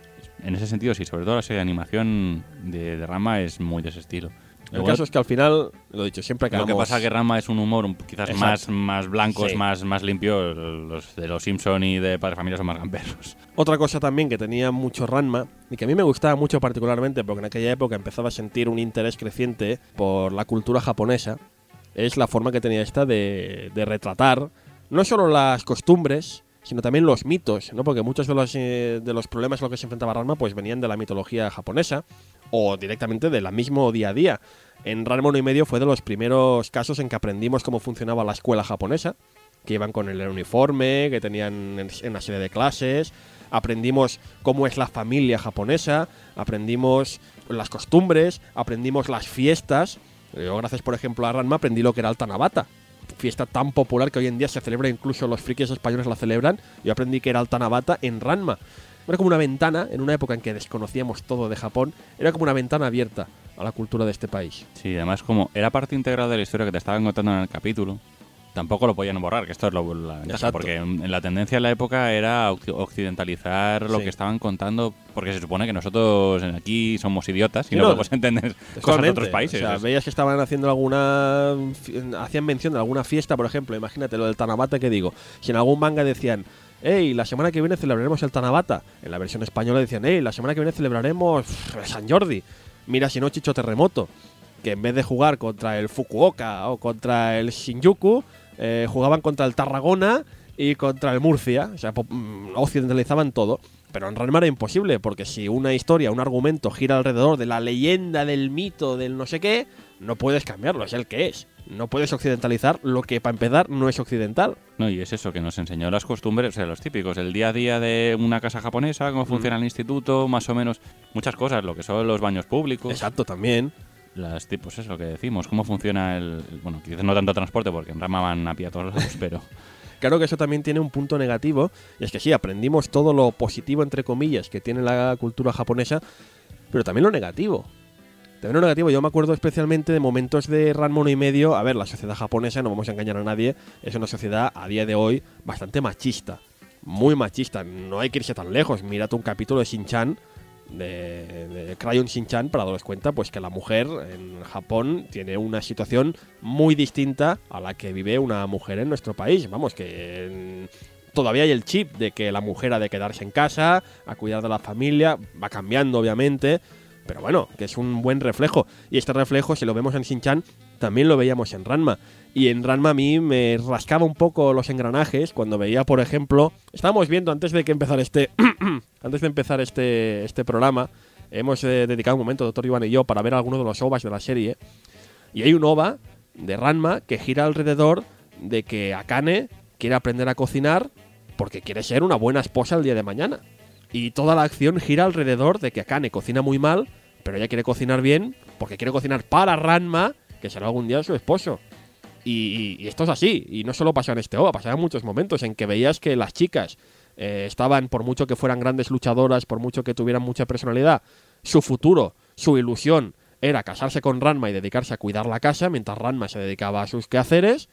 En ese sentido, sí, sobre todo la serie de animación de, de Ranma es muy de ese estilo. El Luego, caso es que al final, lo he dicho, siempre lo acabamos. que pasa es que Ranma es un humor un- quizás Exacto. más, más blancos, Sí. más, más limpio. Los de Los Simpson y de Padre de Familia son más gamberros. Otra cosa también que tenía mucho Ranma y que a mí me gustaba mucho particularmente porque en aquella época empezaba a sentir un interés creciente por la cultura japonesa es la forma que tenía esta de, de retratar no solo las costumbres sino también los mitos, ¿no? Porque muchos de los, eh, de los problemas a los que se enfrentaba Ranma pues venían de la mitología japonesa o directamente del mismo día a día. En Ranma uno y medio fue de los primeros casos en que aprendimos cómo funcionaba la escuela japonesa, que iban con el uniforme, que tenían en, en una serie de clases. Aprendimos cómo es la familia japonesa, aprendimos las costumbres, aprendimos las fiestas. Yo, gracias por ejemplo a Ranma, aprendí lo que era el Tanabata, fiesta tan popular que hoy en día se celebra, incluso los frikis españoles la celebran. Yo aprendí que era el Tanabata en Ranma. Era como una ventana, en una época en que desconocíamos todo de Japón, era como una ventana abierta a la cultura de este país. Sí, además como era parte integral de la historia que te estaban contando en el capítulo, tampoco lo podían borrar, que esto es lo, la ventaja, Exacto. porque en, en la tendencia en la época era occ- occidentalizar lo Sí. que estaban contando, porque se supone que nosotros aquí somos idiotas y Sí, no, no, podemos entender cosas de Totalmente. otros países. O sea, Es- veías que estaban haciendo alguna. fi- Hacían mención de alguna fiesta, por ejemplo. Imagínate lo del Tanabata que digo. Si en algún manga decían, hey, la semana que viene celebraremos el Tanabata. En la versión española decían, hey, la semana que viene celebraremos pff, San Jordi. Mira si no, Chicho Terremoto. que en vez de jugar contra el Fukuoka o contra el Shinjuku, eh, jugaban contra el Tarragona y contra el Murcia. O sea, occidentalizaban todo. Pero en Ranma era imposible, porque si una historia, un argumento gira alrededor de la leyenda, del mito, del no sé qué, no puedes cambiarlo, es el que es. No puedes occidentalizar lo que, para empezar, no es occidental. No, y es eso, que nos enseñó las costumbres, o sea, los típicos, el día a día de una casa japonesa, cómo funciona mm. el instituto, más o menos, muchas cosas, lo que son los baños públicos. Exacto, también. Las tipos, es lo que decimos, cómo funciona el... Bueno, quizás no tanto transporte, porque en Ranma van a pie a todos lados, pero... Claro que eso también tiene un punto negativo, y es que sí, aprendimos todo lo positivo, entre comillas, que tiene la cultura japonesa, pero también lo negativo. También lo negativo, yo me acuerdo especialmente de momentos de Ranma uno y medio. A ver, la sociedad japonesa, no vamos a engañar a nadie, es una sociedad a día de hoy bastante machista, muy machista. No hay que irse tan lejos, mírate un capítulo de Shin-Chan, de, de Crayon Shin-Chan, para daros cuenta pues que la mujer en Japón tiene una situación muy distinta a la que vive una mujer en nuestro país. Vamos, que en, todavía hay el chip de que la mujer ha de quedarse en casa, a cuidar de la familia, va cambiando obviamente, pero bueno, que es un buen reflejo. Y este reflejo, si lo vemos en Shin-Chan, también lo veíamos en Ranma. Y en Ranma a mí me rascaba un poco los engranajes cuando veía, por ejemplo, estábamos viendo antes de que empezar este antes de empezar este, este programa, hemos eh, dedicado un momento, doctor Iván y yo, para ver algunos de los ovas de la serie. Y hay un ova de Ranma que gira alrededor de que Akane quiere aprender a cocinar porque quiere ser una buena esposa el día de mañana. Y toda la acción gira alrededor de que Akane cocina muy mal, pero ella quiere cocinar bien porque quiere cocinar para Ranma, que será algún día su esposo. Y, y, y esto es así, y no solo pasa en este ova, pasaba en muchos momentos en que veías que las chicas eh, estaban, por mucho que fueran grandes luchadoras, por mucho que tuvieran mucha personalidad, su futuro, su ilusión era casarse con Ranma y dedicarse a cuidar la casa, mientras Ranma se dedicaba a sus quehaceres.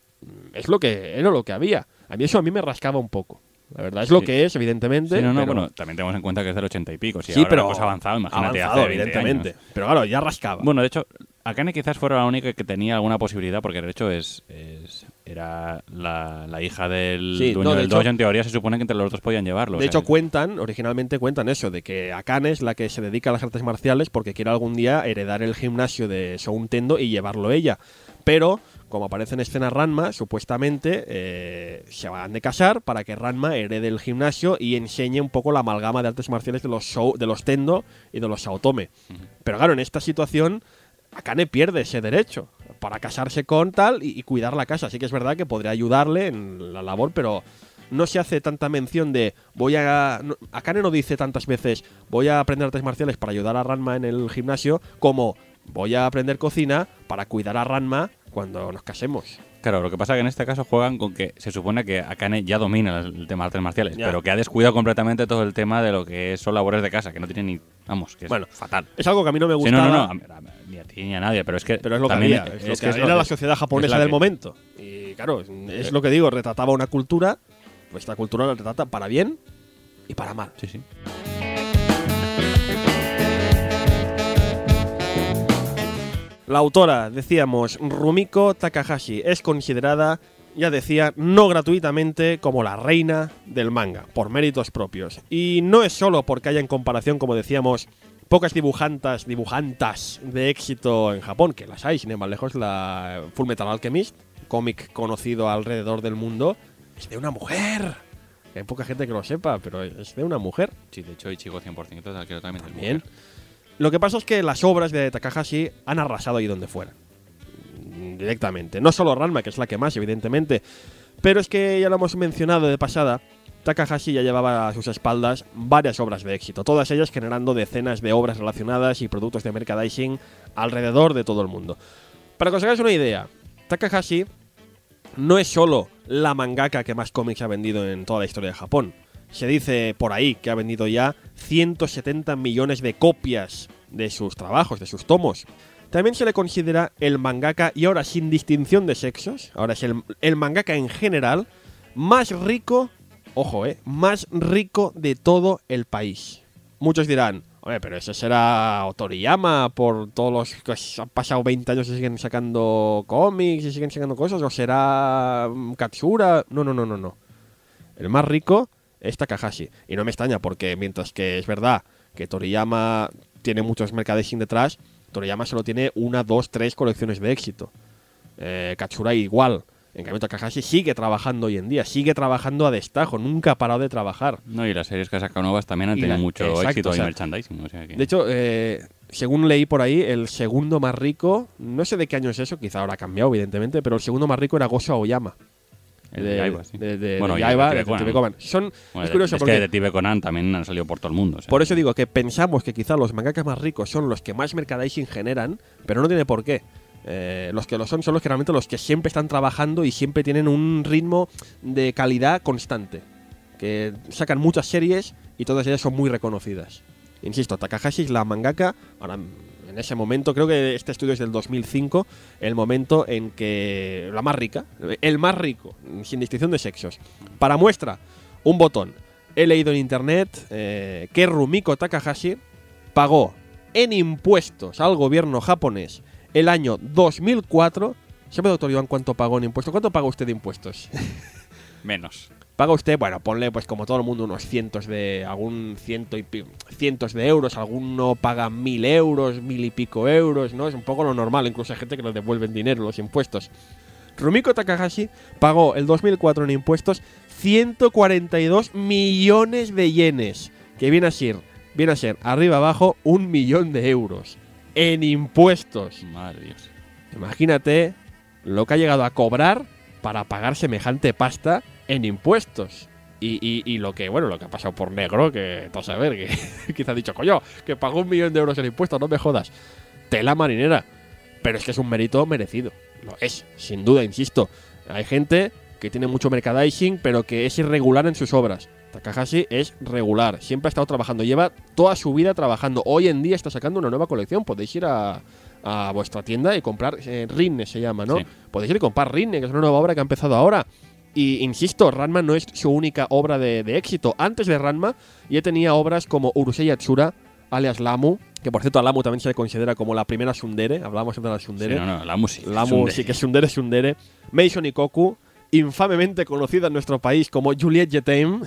Es lo que era lo que había. A mí eso a mí me rascaba un poco. La verdad es sí. lo que es, evidentemente. Sí, no, no, pero... bueno, también tenemos en cuenta que es del ochenta y pico. Si sí, ahora pero hemos avanzado, imagínate, avanzado, hace veinte evidentemente. años. Pero claro, ya rascaba. Bueno, de hecho, Akane quizás fuera la única que tenía alguna posibilidad, porque de hecho es, es era la, la hija del sí, dueño no, de del hecho, dojo. En teoría se supone que entre los dos podían llevarlo. De o sea, hecho, cuentan, originalmente cuentan eso, de que Akane es la que se dedica a las artes marciales porque quiere algún día heredar el gimnasio de Shoun Tendo y llevarlo ella. Pero, como aparece en escena Ranma, supuestamente eh, se van de casar para que Ranma herede el gimnasio y enseñe un poco la amalgama de artes marciales de los, shou, de los Tendo y de los Saotome. Uh-huh. Pero claro, en esta situación Akane pierde ese derecho para casarse con tal y, y cuidar la casa. Así que es verdad que podría ayudarle en la labor, pero no se hace tanta mención de voy a... No, Akane no dice tantas veces voy a aprender artes marciales para ayudar a Ranma en el gimnasio como voy a aprender cocina para cuidar a Ranma cuando nos casemos. Claro, lo que pasa es que en este caso juegan con que se supone que Akane ya domina el tema de artes marciales, ya. pero que ha descuidado completamente todo el tema de lo que son labores de casa, que no tiene ni... Vamos, que es bueno, fatal. Es algo que a mí no me gustaba. Sí, no, no, no, a, a, ni a ti ni a nadie, pero es que... Pero es lo también que había, es, es lo que, que era lo la sociedad japonesa del que... momento. Y claro, es lo que digo, retrataba una cultura, pues esta cultura la retrata para bien y para mal. Sí, sí. La autora, decíamos, Rumiko Takahashi, es considerada, ya decía, no gratuitamente como la reina del manga, por méritos propios. Y no es solo porque haya en comparación, como decíamos, pocas dibujantas, dibujantas de éxito en Japón, que las hay, sin ir más lejos, la Full Metal Alchemist, cómic conocido alrededor del mundo, es de una mujer. Hay poca gente que lo sepa, pero es de una mujer. Sí, de hecho, Ichigo cien por ciento también es mujer. Lo que pasa es que las obras de Takahashi han arrasado ahí donde fuera. Directamente. No solo Ranma, que es la que más, evidentemente. Pero es que ya lo hemos mencionado de pasada. Takahashi ya llevaba a sus espaldas varias obras de éxito. Todas ellas generando decenas de obras relacionadas y productos de merchandising alrededor de todo el mundo. Para que os hagáis una idea, Takahashi no es solo la mangaka que más cómics ha vendido en toda la historia de Japón. Se dice por ahí que ha vendido ya ciento setenta millones de copias de sus trabajos, de sus tomos. También se le considera el mangaka, y ahora sin distinción de sexos, ahora es el, el mangaka en general, más rico, ojo, eh, más rico de todo el país. Muchos dirán, oye, pero ese será Toriyama por todos los que han pasado veinte años y siguen sacando cómics y siguen sacando cosas, o será Katsura. No, no, no, no, no. El más rico es Takahashi. Y no me extraña porque mientras que es verdad que Toriyama tiene muchos merchandising detrás, Toriyama solo tiene una, dos, tres colecciones de éxito. Eh, Katsurai igual. En cambio, Takahashi sigue trabajando hoy en día, sigue trabajando a destajo, nunca ha parado de trabajar. No, y las series que ha sacado nuevas también han Y tenido la- mucho exacto, éxito o sea, en merchandising. O sea que... De hecho, eh, según leí por ahí, el segundo más rico, no sé de qué año es eso, quizá ahora ha cambiado, evidentemente, pero el segundo más rico era Gosho Aoyama. el de Yaiba, sí. de, de- Bueno, de y Yaiba, de de Conan. Detective Conan. Son, Bueno, es curioso es porque que Detective Conan también han salido por todo el mundo. O sea, por eso digo que pensamos que quizá los mangakas más ricos son los que más merchandising generan, pero no tiene por qué. Eh, los que lo son son los que realmente los que siempre están trabajando y siempre tienen un ritmo de calidad constante. Que sacan muchas series y todas ellas son muy reconocidas. Insisto, Takahashi es la mangaka, ahora en ese momento, creo que este estudio es del dos mil cinco, el momento en que la más rica, el más rico, sin distinción de sexos. Para muestra, un botón. He leído en internet eh, que Rumiko Takahashi pagó en impuestos al gobierno japonés el año dos mil cuatro. ¿Sabe, doctor Iván, cuánto pagó en impuestos? ¿Cuánto paga usted de impuestos? menos. Paga usted, bueno, ponle pues como todo el mundo unos cientos de, algún ciento y pi- cientos de euros, alguno paga mil euros, mil y pico euros, ¿no? Es un poco lo normal, incluso hay gente que le devuelven dinero los impuestos. Rumiko Takahashi pagó el dos mil cuatro en impuestos ciento cuarenta y dos millones de yenes, que viene a ser, viene a ser arriba abajo un millón de euros en impuestos. Madre de Dios. Imagínate lo que ha llegado a cobrar para pagar semejante pasta en impuestos. Y, y, y lo que, bueno, lo que ha pasado por negro, que tú a saber, que quizá ha dicho, coño, que pagó un millón de euros en impuestos, no me jodas. Tela marinera. Pero es que es un mérito merecido. Lo es, sin duda, insisto. Hay gente que tiene mucho merchandising, pero que es irregular en sus obras. Takahashi es regular, siempre ha estado trabajando, lleva toda su vida trabajando. Hoy en día está sacando una nueva colección. Podéis ir a, a vuestra tienda y comprar, eh, Rinne se llama, ¿no? Sí. Podéis ir y comprar Rinne, que es una nueva obra que ha empezado ahora. Y insisto, Ranma no es su única obra de, de éxito. Antes de Ranma ya tenía obras como Urusei Yatsura, alias Lamu, que por cierto a Lamu también se le considera como la primera tsundere. Hablábamos antes de la tsundere. Sí, no, no, la música. Lamu sí que es tsundere, tsundere. Meisho Nikoku, infamemente conocida en nuestro país como Juliette Jetem.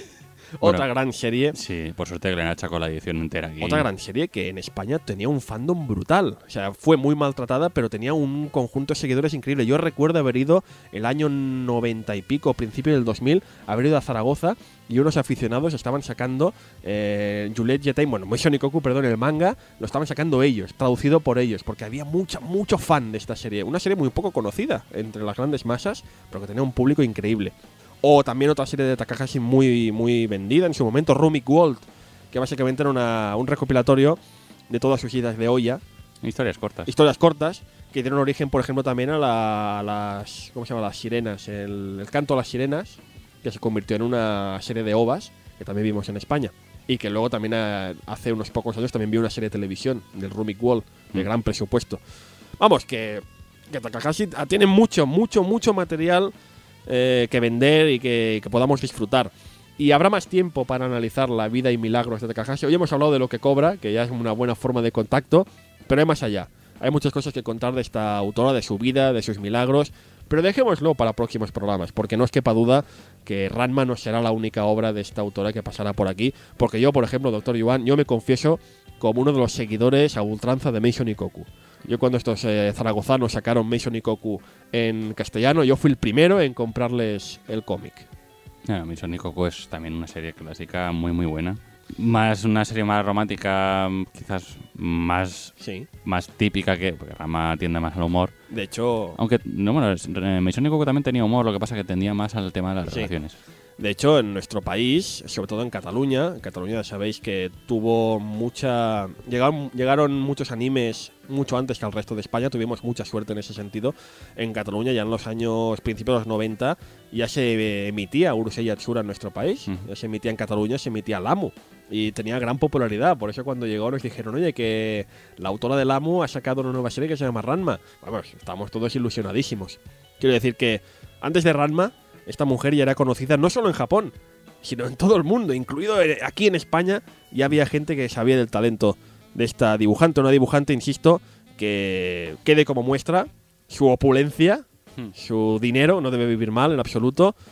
Otra Bueno, gran serie. Sí, por suerte Glen sacó la edición entera aquí. Otra gran serie que en España tenía un fandom brutal. O sea, fue muy maltratada, pero tenía un conjunto de seguidores increíble. Yo recuerdo haber ido el año noventa y pico, principio del dos mil, haber ido a Zaragoza y unos aficionados estaban sacando eh, Juliette Jetain, bueno, Meisho Nikoku, perdón, el manga, lo estaban sacando ellos, traducido por ellos, porque había mucha, mucho fan de esta serie. Una serie muy poco conocida entre las grandes masas, pero que tenía un público increíble. O también otra serie de Takahashi muy, muy vendida en su momento, Rumik World, que básicamente era una, un recopilatorio de todas sus idas de olla, Historias cortas. historias cortas, que dieron origen, por ejemplo, también a, la- a las, ¿cómo se llama? Las sirenas, el, el canto a las sirenas, que se convirtió en una serie de ovas, que también vimos en España. Y que luego también eh, hace unos pocos años también vi una serie de televisión del Rumik World, de Mm. gran presupuesto. Vamos, que, que Takahashi tiene mucho, mucho, mucho material eh, que vender y que, que podamos disfrutar. Y habrá más tiempo para analizar la vida y milagros de Takahashi. Hoy hemos hablado de lo que cobra, que ya es una buena forma de contacto, pero hay más allá. Hay muchas cosas que contar de esta autora, de su vida, de sus milagros, pero dejémoslo para próximos programas, porque no os quepa duda que Ranma no será la única obra de esta autora que pasará por aquí, porque yo, por ejemplo, doctor Yuan, yo me confieso como uno de los seguidores a ultranza de Meisho Nikoku. Yo cuando estos eh, zaragozanos sacaron Meisho Nikoku en castellano, yo fui el primero en comprarles el cómic. Bueno, Meisho Nikoku es también una serie clásica muy muy buena. Más una serie más romántica, quizás más, Sí. más típica que... Porque Rama tiende más al humor. De hecho, Aunque, no, bueno, es- eh, Meisho Nikoku también tenía humor, lo que pasa que tendía más al tema de las Sí. relaciones. de hecho, en nuestro país, sobre todo en Cataluña, en Cataluña ya sabéis que tuvo mucha... Llegaron, llegaron muchos animes mucho antes que al resto de España, tuvimos mucha suerte en ese sentido. En Cataluña ya en los años, principios de los noventa, ya se eh, emitía Urusei Yatsura en nuestro país, Ujú. ya se emitía en Cataluña, se emitía Lamu. Y tenía gran popularidad, por eso cuando llegó nos dijeron, oye, que la autora de Lamu ha sacado una nueva serie que se llama Ranma. Vamos, estamos todos ilusionadísimos. Quiero decir que antes de Ranma, esta mujer ya era conocida no solo en Japón, sino en todo el mundo, incluido eh, aquí en España. Ya había gente que sabía del talento de esta dibujante, una dibujante, insisto, que quede como muestra su opulencia, Hmm. su dinero, no debe vivir mal en absoluto.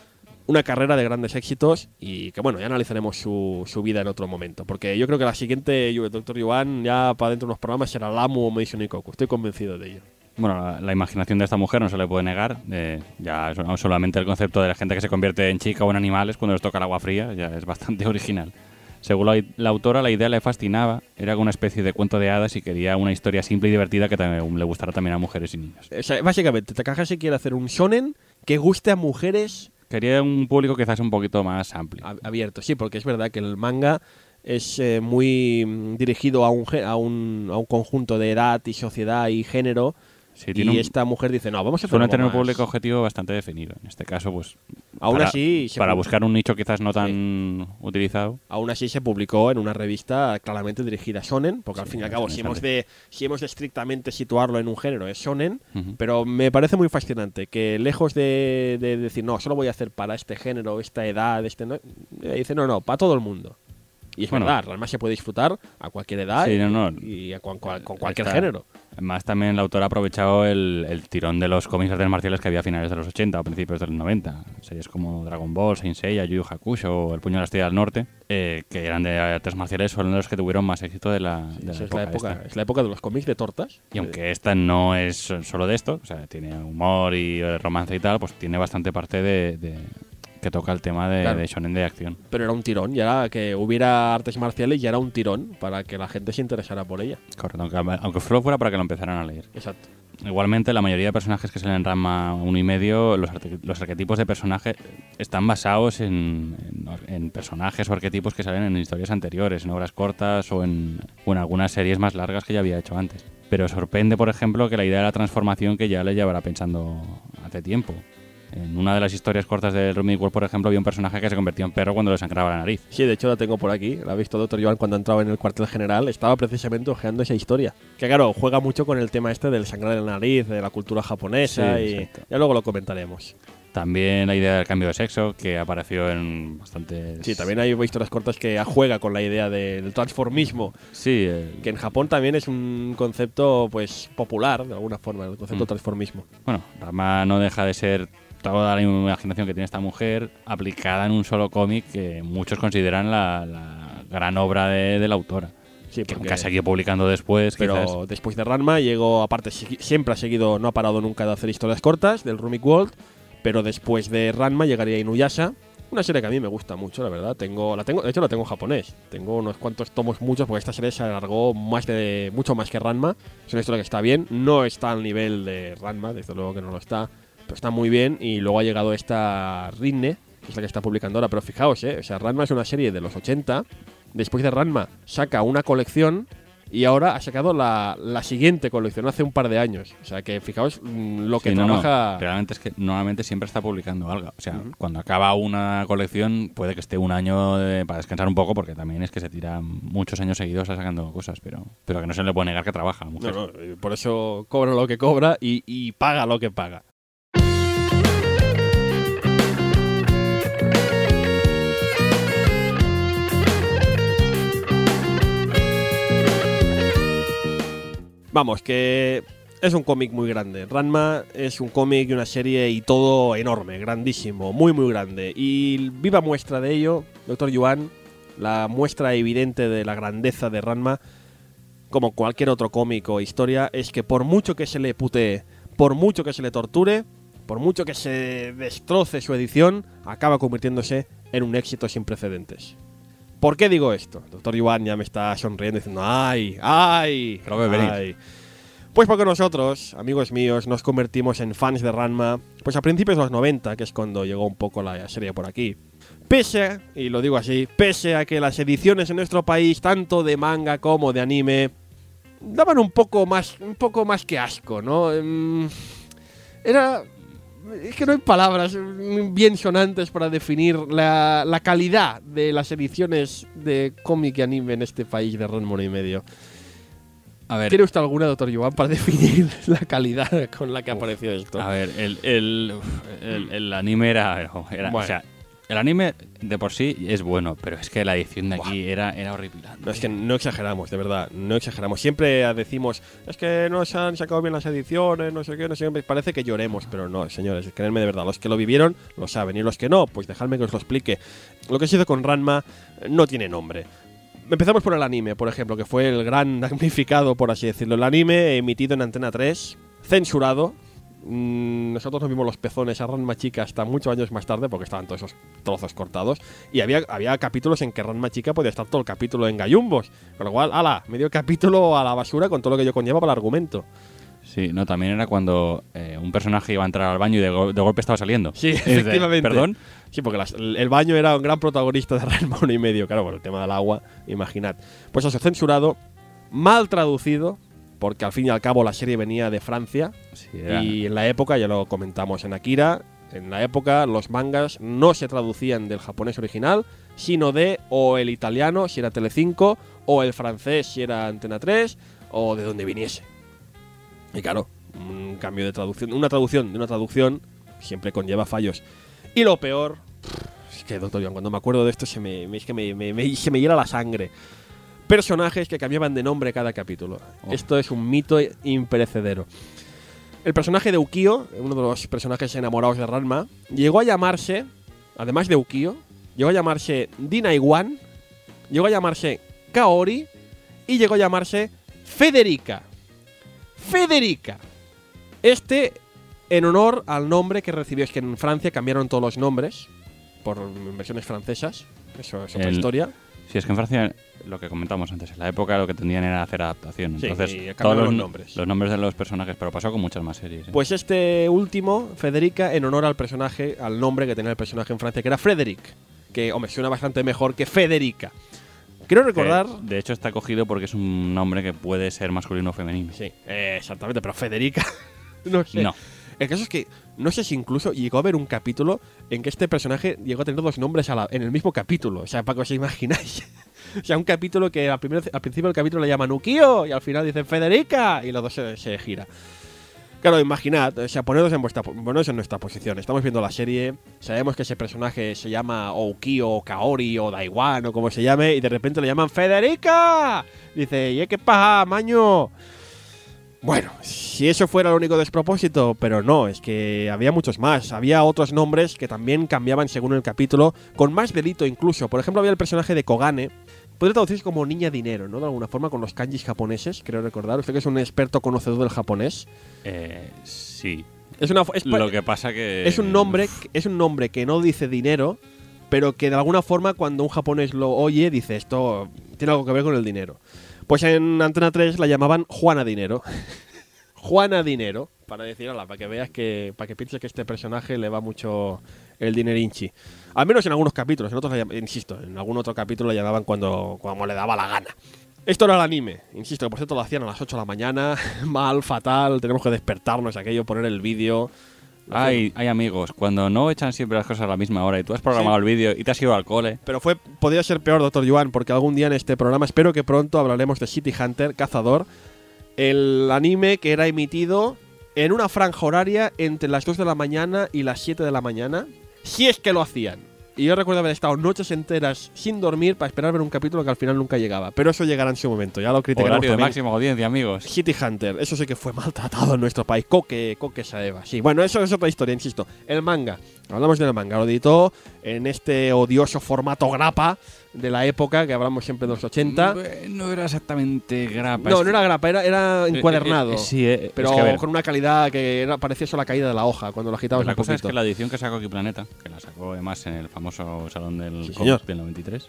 una carrera de grandes éxitos y que, bueno, ya analizaremos su, su vida en otro momento. Porque yo creo que la siguiente doctor Yuan, ya para dentro de unos programas, será Lamu o Mason Ikoku. Estoy convencido de ello. Bueno, la, la imaginación de esta mujer no se le puede negar. Eh, ya no solamente el concepto de la gente que se convierte en chica o en animales cuando les toca el agua fría, ya es bastante original. Según la, la autora, la idea le fascinaba, era una especie de cuento de hadas y quería una historia simple y divertida que también, le gustara también a mujeres y niños. O sea, básicamente, Takahashi quiere hacer un shonen que guste a mujeres. Quería un público quizás un poquito más amplio. Abierto, sí, porque es verdad que el manga es eh, muy mm, dirigido a un, a, un, a un conjunto de edad y sociedad y género. Sí, y un, esta mujer dice, no, vamos a hacer suele algo tener más. un público objetivo bastante definido. En este caso, pues aún para, así para buscar un nicho quizás no tan sí. utilizado. Aún así se publicó en una revista claramente dirigida a shonen, porque sí, al fin y al cabo, si hemos, de, si hemos de estrictamente situarlo en un género, es shonen, uh-huh. pero me parece muy fascinante que lejos de, de decir, no, solo voy a hacer para este género, esta edad, este no, dice, no, no, para todo el mundo. Y es bueno, verdad, además se puede disfrutar a cualquier edad sí, y, no, no. y a, con, con cualquier Está. género. Además, también el autor ha aprovechado el, el tirón de los cómics de artes marciales que había a finales de los ochenta o principios de los noventa. Series como Dragon Ball, Saint Seiya, Yu Yu Hakusho o El Puño de la Estrella del Norte, eh, que eran de artes marciales, son los que tuvieron más éxito de la, de sí, la, es, época la época esta. Es la época de los cómics de tortas. Y aunque esta no es solo de esto, o sea, tiene humor y romance y tal, pues tiene bastante parte de... de que toca el tema de, claro. de shonen de acción. Pero era un tirón, ya que hubiera artes marciales ya era un tirón para que la gente se interesara por ella. Correcto, aunque, aunque solo fuera para que lo empezaran a leer. Exacto. Igualmente, la mayoría de personajes que salen en Ranma uno y medio, los, los arquetipos de personaje están basados en, en, en personajes o arquetipos que salen en historias anteriores, en obras cortas o en, o en algunas series más largas que ya había hecho antes. Pero sorprende, por ejemplo, que la idea de la transformación que ya le llevará pensando hace tiempo. En una de las historias cortas de Rumic World, por ejemplo, había un personaje que se convertía en perro cuando le sangraba la nariz. Sí, de hecho la tengo por aquí. La ha visto doctor Yuan cuando entraba en el cuartel general. Estaba precisamente hojeando esa historia. Que claro, juega mucho con el tema este del sangrar en la nariz, de la cultura japonesa sí, y exacto. Ya luego lo comentaremos. También la idea del cambio de sexo, que apareció en bastantes... Sí, también hay historias cortas que juega con la idea del transformismo. Sí. Eh... Que en Japón también es un concepto pues popular, de alguna forma, el concepto mm. transformismo. Bueno, Ranma no deja de ser toda la imaginación que tiene esta mujer aplicada en un solo cómic que muchos consideran la, la gran obra de, de la autora. Sí, que aunque ha seguido publicando después. Pero quizás. Después de Ranma llegó, aparte, siempre ha seguido, no ha parado nunca de hacer historias cortas del Rumic World, pero después de Ranma llegaría Inuyasha, una serie que a mí me gusta mucho, la verdad. Tengo, la tengo, de hecho la tengo en japonés. Tengo unos cuantos tomos, muchos, porque esta serie se alargó más de, mucho más que Ranma. Es una historia que está bien, no está al nivel de Ranma, desde luego que no lo está. Pero está muy bien y luego ha llegado esta Rinne, que es la que está publicando ahora. Pero fijaos, ¿eh? O sea, Ranma es una serie de los ochenta. Después de Ranma saca una colección y ahora ha sacado la, la siguiente colección hace un par de años. O sea, que fijaos lo que sí, trabaja... No, no. Realmente es que normalmente siempre está publicando algo. O sea, uh-huh. cuando acaba una colección puede que esté un año de, para descansar un poco, porque también es que se tira muchos años seguidos sacando cosas, pero, pero que no se le puede negar que trabaja a la mujer. No, no, por eso cobra lo que cobra y, y paga lo que paga. Vamos, que es un cómic muy grande. Ranma es un cómic y una serie y todo enorme, grandísimo, muy muy grande. Y viva muestra de ello, doctor Yuan, la muestra evidente de la grandeza de Ranma, como cualquier otro cómic o historia, es que por mucho que se le putee, por mucho que se le torture, por mucho que se destroce su edición, acaba convirtiéndose en un éxito sin precedentes. ¿Por qué digo esto? El doctor Yuan ya me está sonriendo diciendo ¡ay! ¡ay! ¡ay! Pues porque nosotros, amigos míos, nos convertimos en fans de Ranma pues a principios de los noventa, que es cuando llegó un poco la serie por aquí. Pese a, y lo digo así, pese a que las ediciones en nuestro país, tanto de manga como de anime, daban un poco más, un poco más que asco, ¿no? Era... Es que no hay palabras bien sonantes para definir la, la calidad de las ediciones de cómic y anime en este país de Ranma uno y medio. A ver, ¿tiene usted alguna, doctor Yuan, para definir la calidad con la que uf, apareció esto? A ver, el, el, el, el anime era... era bueno. O sea, El anime de por sí es bueno, pero es que la edición de aquí era, era horripilante. No, es que no exageramos, de verdad, no exageramos. Siempre decimos, es que no se han sacado bien las ediciones, no sé qué, no sé qué. Parece que lloremos, pero no, señores, créanme de verdad. Los que lo vivieron lo saben, y los que no, pues dejadme que os lo explique. Lo que se hizo con Ranma no tiene nombre. Empezamos por el anime, por ejemplo, que fue el gran damnificado, por así decirlo. El anime emitido en Antena tres, censurado. Nosotros nos vimos los pezones a Ranma Chica hasta muchos años más tarde, porque estaban todos esos trozos cortados. Y había, había capítulos en que Ranma Chica podía estar todo el capítulo en gallumbos. Con lo cual, ala, medio capítulo a la basura con todo lo que yo conlleva para el argumento. Sí, no, también era cuando eh, un personaje iba a entrar al baño y de, go de golpe estaba saliendo. Sí, efectivamente. ¿Perdón? Sí, porque las, el baño era un gran protagonista de Ranma uno y medio. Claro, por el tema del agua, imaginad. Pues eso, censurado, mal traducido, porque al fin y al cabo la serie venía de Francia. Sí, era... Y en la época, ya lo comentamos en Akira, en la época los mangas no se traducían del japonés original, sino de o el italiano, si era Telecinco, o el francés, si era Antena tres, o de donde viniese. Y claro, un cambio de traducción, una traducción de una traducción siempre conlleva fallos. Y lo peor, es que, doctor Iván, cuando me acuerdo de esto se me, es que me, me, me, se me hiela la sangre. Personajes que cambiaban de nombre cada capítulo. Oh. Esto es un mito imperecedero. El personaje de Ukio, uno de los personajes enamorados de Ranma, llegó a llamarse, además de Ukio, llegó a llamarse Dinaiwan, llegó a llamarse Kaori y llegó a llamarse Federica. Federica. Este en honor al nombre que recibió. Es que en Francia cambiaron todos los nombres por versiones francesas. Eso es otra el... historia. Sí, es que en Francia, lo que comentamos antes, en la época lo que tendían era hacer adaptación. Sí, entonces, todos los, los nombres. Los nombres de los personajes, pero pasó con muchas más series. ¿eh? Pues este último, Federica, en honor al personaje, al nombre que tenía el personaje en Francia, que era Frédéric. Que, hombre, suena bastante mejor que Federica. Quiero recordar... Eh, de hecho, está cogido porque es un nombre que puede ser masculino o femenino. Sí, eh, exactamente, pero Federica... no sé. No. El caso es que no sé si incluso llegó a haber un capítulo en que este personaje llegó a tener dos nombres a la, en el mismo capítulo. O sea, para que os imagináis. O sea, un capítulo que al, primer, al principio del capítulo le llaman Ukio y al final dicen Federica y los dos se, se gira. Claro, imaginad, o sea, poneros en, vuestra, poneros en nuestra posición. Estamos viendo la serie, sabemos que ese personaje se llama o Ukio, o Kaori, o Daiwan, o como se llame, y de repente le llaman Federica. Dice, ¿y qué pasa, maño? Bueno, si eso fuera el único despropósito, pero no, es que había muchos más. Había otros nombres que también cambiaban según el capítulo, con más delito incluso. Por ejemplo, había el personaje de Kogane. Podría traducirse como niña dinero, ¿no? De alguna forma, con los kanjis japoneses, creo recordar. Usted que es un experto conocedor del japonés. Eh, sí. Es una, es, Lo que pasa que... Es un nombre, es un nombre que no dice dinero, pero que de alguna forma cuando un japonés lo oye, dice, esto tiene algo que ver con el dinero. Pues en Antena tres la llamaban Juana Dinero. Juana Dinero, para decir, hola, para que veas que, para que pienses que este personaje le va mucho el dinerinchi. Al menos en algunos capítulos, en otros, la, insisto, en algún otro capítulo la llamaban cuando, cuando le daba la gana. Esto era el anime, insisto, que por cierto lo hacían a las ocho de la mañana, mal, fatal, tenemos que despertarnos aquello, poner el vídeo. Hay, hay amigos, cuando no echan siempre las cosas a la misma hora y tú has programado sí. el vídeo y te has ido al cole. Pero fue, podría ser peor, doctor Yuan, porque algún día en este programa, espero que pronto hablaremos de City Hunter, Cazador, el anime que era emitido en una franja horaria entre las dos de la mañana y las siete de la mañana, si es que lo hacían. Y yo recuerdo haber estado noches enteras sin dormir para esperar ver un capítulo que al final nunca llegaba. Pero eso llegará en su momento, ya lo criticaremos. Horario de máxima audiencia, amigos. City Hunter, eso sí que fue maltratado en nuestro país. Coque, Coque Saeva. Sí, bueno, eso es otra historia, insisto. El manga, hablamos del manga, lo editó en este odioso formato grapa de la época, que hablamos siempre de los ochenta. No era exactamente grapa. No, no era grapa, era, era encuadernado. Eh, eh, sí, eh, pero es que, con una calidad que era, parecía eso la caída de la hoja cuando lo agitabas la un cosa poquito. Es que la edición que sacó aquí Planeta, que la sacó además en el famoso salón del sí, cómic del noventa y tres,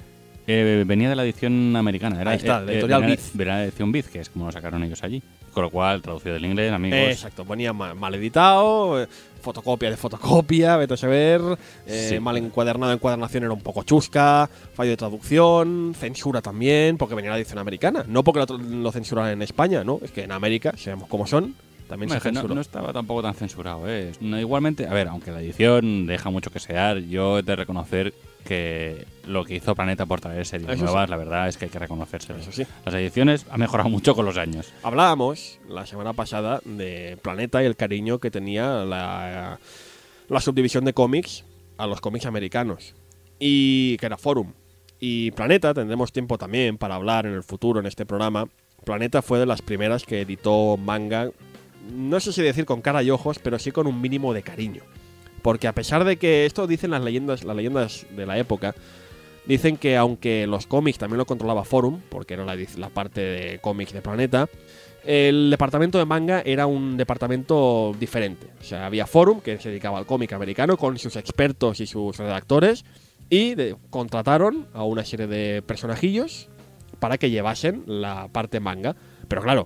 eh, venía de la edición americana. Era, Ahí está, eh, la editorial venía, Viz. Venía de la edición Viz, que es como lo sacaron ellos allí. Con lo cual, traducido del inglés, amigos. Eh, exacto, ponía mal, mal editado, eh, fotocopia de fotocopia, vete a saber, eh, Sí. mal encuadernado, encuadernación era un poco chusca, fallo de traducción, censura también, porque venía la edición americana. No porque lo, lo censuraran en España, ¿no? Es que en América, sabemos cómo son, también Bueno, se censuró. no, no estaba tampoco tan censurado, ¿eh? No, igualmente, a ver, aunque la edición deja mucho que desear, yo he de reconocer que lo que hizo Planeta por traer series Eso nuevas, sí. la verdad es que hay que reconocérselo. Eso sí. Las ediciones han mejorado mucho con los años. Hablábamos la semana pasada de Planeta y el cariño que tenía la, la subdivisión de cómics a los cómics americanos, y que era Forum. Y Planeta, tendremos tiempo también para hablar en el futuro en este programa. Planeta fue de las primeras que editó manga, no sé si decir con cara y ojos, pero sí con un mínimo de cariño. Porque a pesar de que esto dicen las leyendas, las leyendas de la época, dicen que aunque los cómics también lo controlaba Forum, porque era la, la parte de cómics de Planeta, el departamento de manga era un departamento diferente. O sea, había Forum, que se dedicaba al cómic americano, con sus expertos y sus redactores, y de, contrataron a una serie de personajillos para que llevasen la parte manga. Pero claro,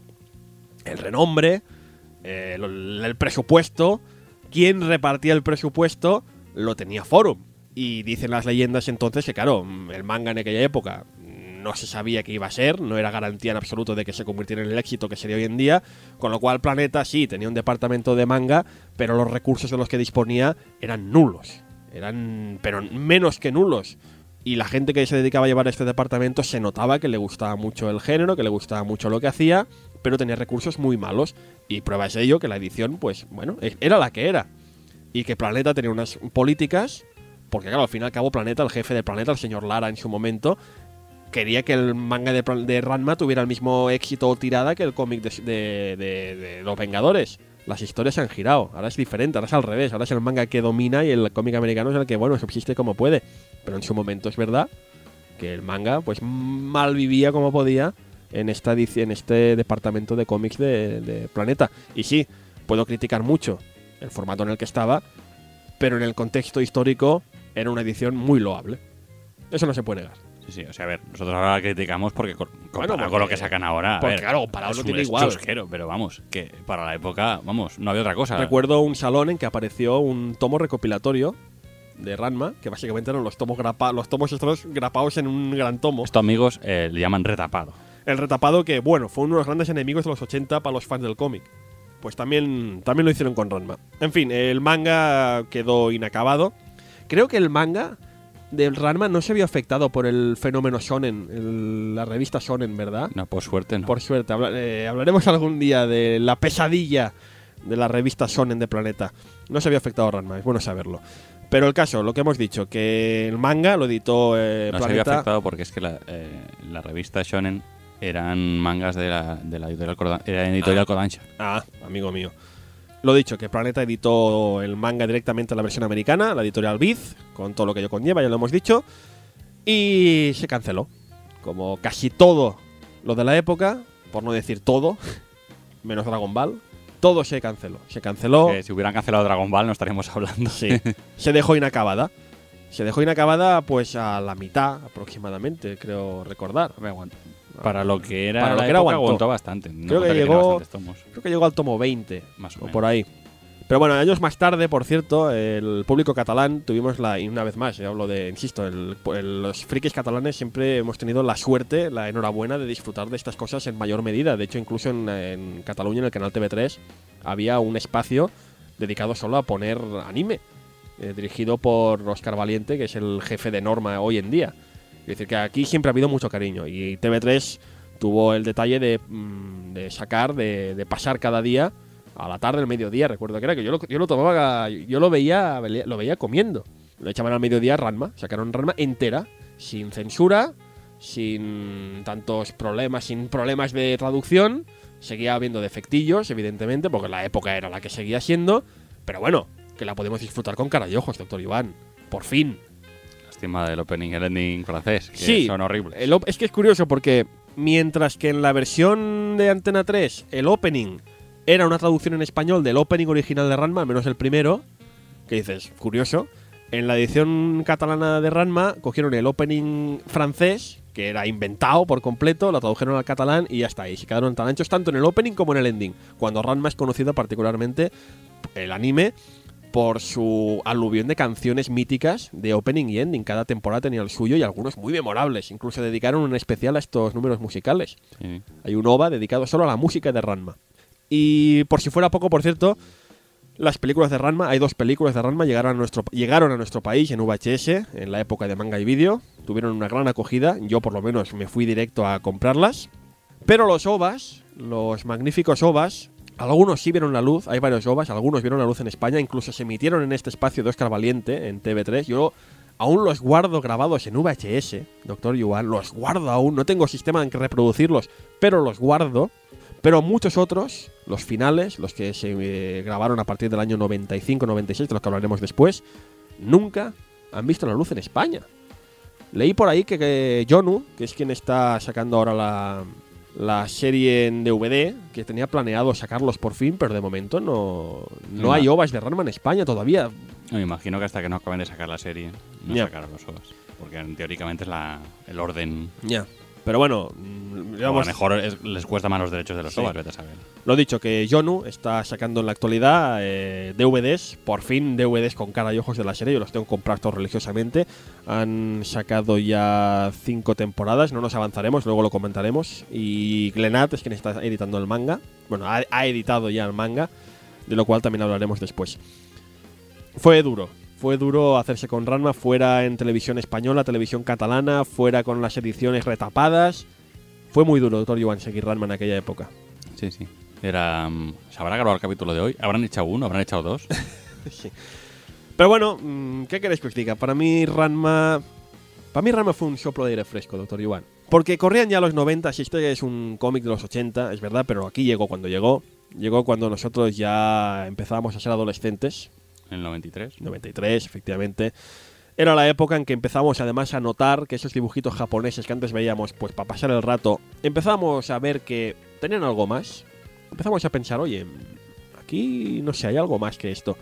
el renombre, eh, el, el presupuesto, quien repartía el presupuesto lo tenía Forum. Y dicen las leyendas entonces que, claro, el manga en aquella época no se sabía qué iba a ser, no era garantía en absoluto de que se convirtiera en el éxito que sería hoy en día, con lo cual Planeta sí tenía un departamento de manga, pero los recursos de los que disponía eran nulos, eran pero menos que nulos. Y la gente que se dedicaba a llevar este departamento se notaba que le gustaba mucho el género, que le gustaba mucho lo que hacía, pero tenía recursos muy malos. Y prueba es ello que la edición, pues bueno, era la que era. Y que Planeta tenía unas políticas, porque claro, al fin y al cabo Planeta, el jefe de Planeta, el señor Lara en su momento, quería que el manga de, de Ranma tuviera el mismo éxito o tirada que el cómic de, de, de, de Los Vengadores. Las historias se han girado, ahora es diferente, ahora es al revés, ahora es el manga que domina y el cómic americano es el que, bueno, subsiste como puede. Pero en su momento es verdad que el manga, pues, mal vivía como podía en, esta en este departamento de cómics de, de Planeta. Y sí, puedo criticar mucho el formato en el que estaba, pero en el contexto histórico era una edición muy loable. Eso no se puede negar. Sí, sí, o sea, a ver, nosotros ahora la criticamos porque con, bueno, porque, con lo que sacan ahora, a porque ver, claro, comparado es no un tiene igual. chusquero, pero vamos, que para la época, vamos, no había otra cosa. Recuerdo un salón en que apareció un tomo recopilatorio de Ranma, que básicamente eran los tomos grapa los tomos estos grapados en un gran tomo. Esto, amigos, eh, le llaman retapado. El retapado que, bueno, fue uno de los grandes enemigos de los ochenta para los fans del cómic. Pues también, también lo hicieron con Ranma. En fin, el manga quedó inacabado. Creo que el manga del Ranma no se vio afectado por el fenómeno shonen, el, la revista shonen, ¿verdad? No, por suerte no. Por suerte. Habla, eh, hablaremos algún día de la pesadilla de la revista shonen de Planeta. No se vio afectado a Ranma, es bueno saberlo. Pero el caso, lo que hemos dicho, que el manga lo editó eh, no Planeta. No se vio afectado porque es que la, eh, la revista shonen eran mangas de la, de la editorial, Kodan, era editorial ah. Kodansha. Ah, amigo mío. Lo dicho, que Planeta editó el manga directamente en la versión americana, la editorial Viz, con todo lo que ello conlleva, ya lo hemos dicho, y se canceló. Como casi todo lo de la época, por no decir todo, menos Dragon Ball, todo se canceló. Se canceló. Que si hubieran cancelado Dragon Ball no estaríamos hablando. Sí, se dejó inacabada. Se dejó inacabada pues a la mitad aproximadamente, creo recordar. Me aguanto. Para lo que era, Para lo la que era época, aguantó. aguantó bastante. No creo, que que llegó, tomos. creo que llegó al tomo veinte, más o, o menos. por ahí. Pero bueno, años más tarde, por cierto, el público catalán tuvimos la, y una vez más, yo hablo de, insisto, el, el, los frikis catalanes siempre hemos tenido la suerte, la enhorabuena de disfrutar de estas cosas en mayor medida. De hecho, incluso en, en Cataluña, en el canal T V tres, había un espacio dedicado solo a poner anime, eh, dirigido por Óscar Valiente, que es el jefe de Norma hoy en día. Es decir, que aquí siempre ha habido mucho cariño, y T V tres tuvo el detalle de, de sacar, de, de pasar cada día a la tarde, al mediodía, recuerdo que era que yo lo, yo lo tomaba, yo lo veía, lo veía comiendo. Lo echaban al mediodía Ranma, sacaron Ranma entera, sin censura, sin tantos problemas, sin problemas de traducción. Seguía habiendo defectillos, evidentemente, porque la época era la que seguía siendo, pero bueno, que la podemos disfrutar con cara y ojos, doctor Iván. Por fin. Lástima del opening y el ending francés, que sí, son horribles. El es que es curioso porque mientras que en la versión de Antena tres el opening era una traducción en español del opening original de Ranma, al menos el primero, que dices, curioso. En la edición catalana de Ranma cogieron el opening francés, que era inventado por completo, lo tradujeron al catalán y ya está. Y se quedaron tan anchos tanto en el opening como en el ending. Cuando Ranma es conocido particularmente, el anime, por su aluvión de canciones míticas de opening y ending. Cada temporada tenía el suyo y algunos muy memorables. Incluso dedicaron un especial a estos números musicales. Sí. Hay un O V A dedicado solo a la música de Ranma. Y por si fuera poco, por cierto, las películas de Ranma, hay dos películas de Ranma, llegaron a nuestro, llegaron a nuestro país en V H S, en la época de manga y vídeo, tuvieron una gran acogida, yo por lo menos me fui directo a comprarlas, pero los O V As, los magníficos O V As, Algunos sí vieron la luz, hay varios ovas, algunos vieron la luz en España, incluso se emitieron en este espacio de Óscar Valiente, en T V tres. Yo aún los guardo grabados en V H S, doctor Yuan, los guardo aún, no tengo sistema en que reproducirlos, pero los guardo. Pero muchos otros, los finales, los que se eh, grabaron a partir del año noventa y cinco noventa y seis, de los que hablaremos después, nunca han visto la luz en España. Leí por ahí que, que Jonu, que es quien está sacando ahora la, la serie en D V D, que tenía planeado sacarlos por fin, pero de momento no, no, no. hay ovas de Ranma en España todavía. Me imagino que hasta que no acaben de sacar la serie, no yeah. sacarán los ovas. Porque teóricamente es la, el orden. Ya. Yeah. Pero bueno, digamos, a lo mejor es, les cuesta más los derechos de los sí. ovas, vete a saber. Lo dicho, que Jonu está sacando en la actualidad eh, D V Ds, por fin D V Ds con cara y ojos de la serie, yo los tengo comprados todos religiosamente. Han sacado ya cinco temporadas, no nos avanzaremos, luego lo comentaremos. Y Glenat es quien está editando el manga, bueno, ha, ha editado ya el manga, de lo cual también hablaremos después. Fue duro. Fue duro hacerse con Ranma, fuera en televisión española, televisión catalana, fuera con las ediciones retapadas. Fue muy duro, doctor Yuan, seguir Ranma en aquella época. Sí, sí. Era, um, ¿se habrá grabado el capítulo de hoy? ¿Habrán echado uno? ¿Habrán echado dos? Sí. Pero bueno, ¿qué queréis que os diga? Para mí Ranma... Para mí Ranma fue un soplo de aire fresco, doctor Yuan. Porque corrían ya los noventa, si este es un cómic de los ochenta, es verdad, pero aquí llegó cuando llegó. Llegó cuando nosotros ya empezábamos a ser adolescentes. En el noventa y tres. noventa y tres, efectivamente. Era la época en que empezamos además a notar que esos dibujitos japoneses que antes veíamos pues para pasar el rato, empezamos a ver que tenían algo más. Empezamos a pensar, oye, aquí no sé, hay algo más que esto.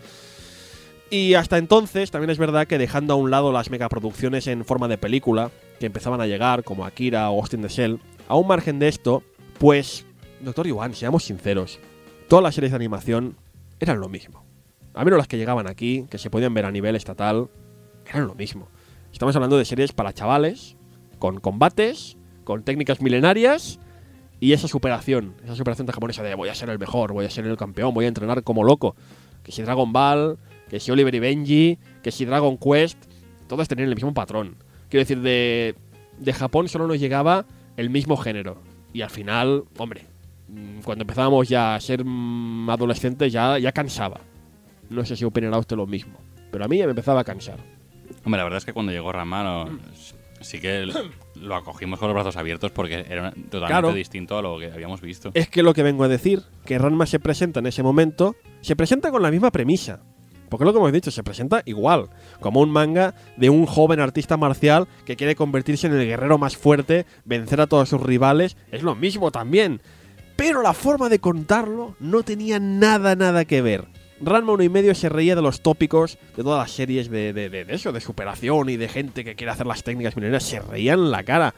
Y hasta entonces también es verdad que dejando a un lado las megaproducciones en forma de película que empezaban a llegar, como Akira o Ghost in the Shell, a un margen de esto, pues, doctor Yuan, seamos sinceros, todas las series de animación eran lo mismo. A menos las que llegaban aquí, que se podían ver a nivel estatal, eran lo mismo. Estamos hablando de series para chavales, con combates, con técnicas milenarias y esa superación, esa superación japonesa de voy a ser el mejor, voy a ser el campeón, voy a entrenar como loco. Que si Dragon Ball, que si Oliver y Benji, que si Dragon Quest, todas tenían el mismo patrón. Quiero decir, de, de Japón solo nos llegaba el mismo género. Y al final, hombre, cuando empezábamos ya a ser mmm, adolescentes ya, ya cansaba. No sé si opinará usted lo mismo, pero a mí ya me empezaba a cansar. Hombre, la verdad es que cuando llegó Ranma no, sí que lo acogimos con los brazos abiertos porque era totalmente claro. distinto a lo que habíamos visto. Es que lo que vengo a decir, que Ranma se presenta en ese momento, se presenta con la misma premisa. Porque lo que hemos dicho, se presenta igual, como un manga de un joven artista marcial que quiere convertirse en el guerrero más fuerte, vencer a todos sus rivales, es lo mismo también. Pero la forma de contarlo no tenía nada, nada que ver. Ranma uno y medio se reía de los tópicos de todas las series de, de, de, de eso, de superación y de gente que quiere hacer las técnicas milenarias. Se reían en la cara.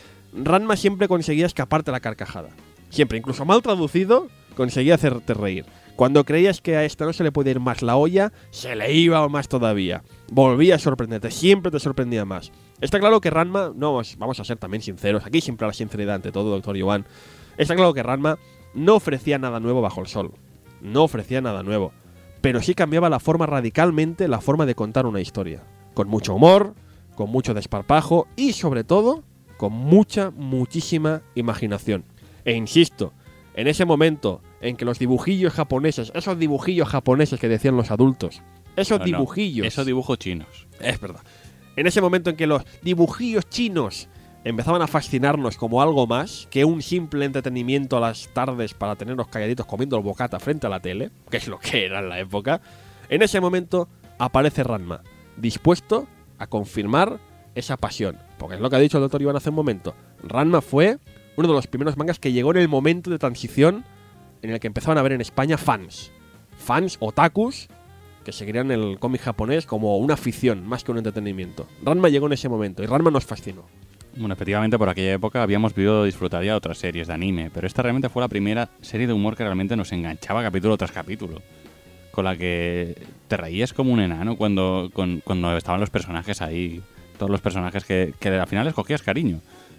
Ranma siempre conseguía escaparte la carcajada. Siempre, incluso mal traducido, conseguía hacerte reír. Cuando creías que a esta no se le podía ir más la olla, se le iba más todavía. Volvía a sorprenderte, siempre te sorprendía más. Está claro que Ranma, no, vamos a ser también sinceros, aquí siempre la sinceridad ante todo, doctor Yuan. Está claro que Ranma no ofrecía nada nuevo bajo el sol. No ofrecía nada nuevo. Pero sí cambiaba la forma radicalmente, la forma de contar una historia. Con mucho humor, con mucho desparpajo y, sobre todo, con mucha, muchísima imaginación. E insisto, en ese momento en que los dibujillos japoneses, esos dibujillos japoneses que decían los adultos, esos no, dibujillos... No, esos dibujos chinos. Es verdad. En ese momento en que los dibujillos chinos empezaban a fascinarnos como algo más que un simple entretenimiento a las tardes para tenernos calladitos comiendo el bocata frente a la tele, que es lo que era en la época, en ese momento aparece Ranma, dispuesto a confirmar esa pasión. Porque es lo que ha dicho el doctor Iván hace un momento. Ranma fue uno de los primeros mangas que llegó en el momento de transición en el que empezaban a ver en España fans. Fans otakus que seguirían el cómic japonés como una afición más que un entretenimiento. Ranma llegó en ese momento y Ranma nos fascinó. Bueno, efectivamente por aquella época habíamos podido disfrutar ya de otras series de anime, pero esta realmente fue la primera serie de humor que realmente nos enganchaba capítulo tras capítulo, con la que te reías como un enano cuando, con, cuando estaban los personajes ahí, todos los personajes que, que al final les cogías cariño.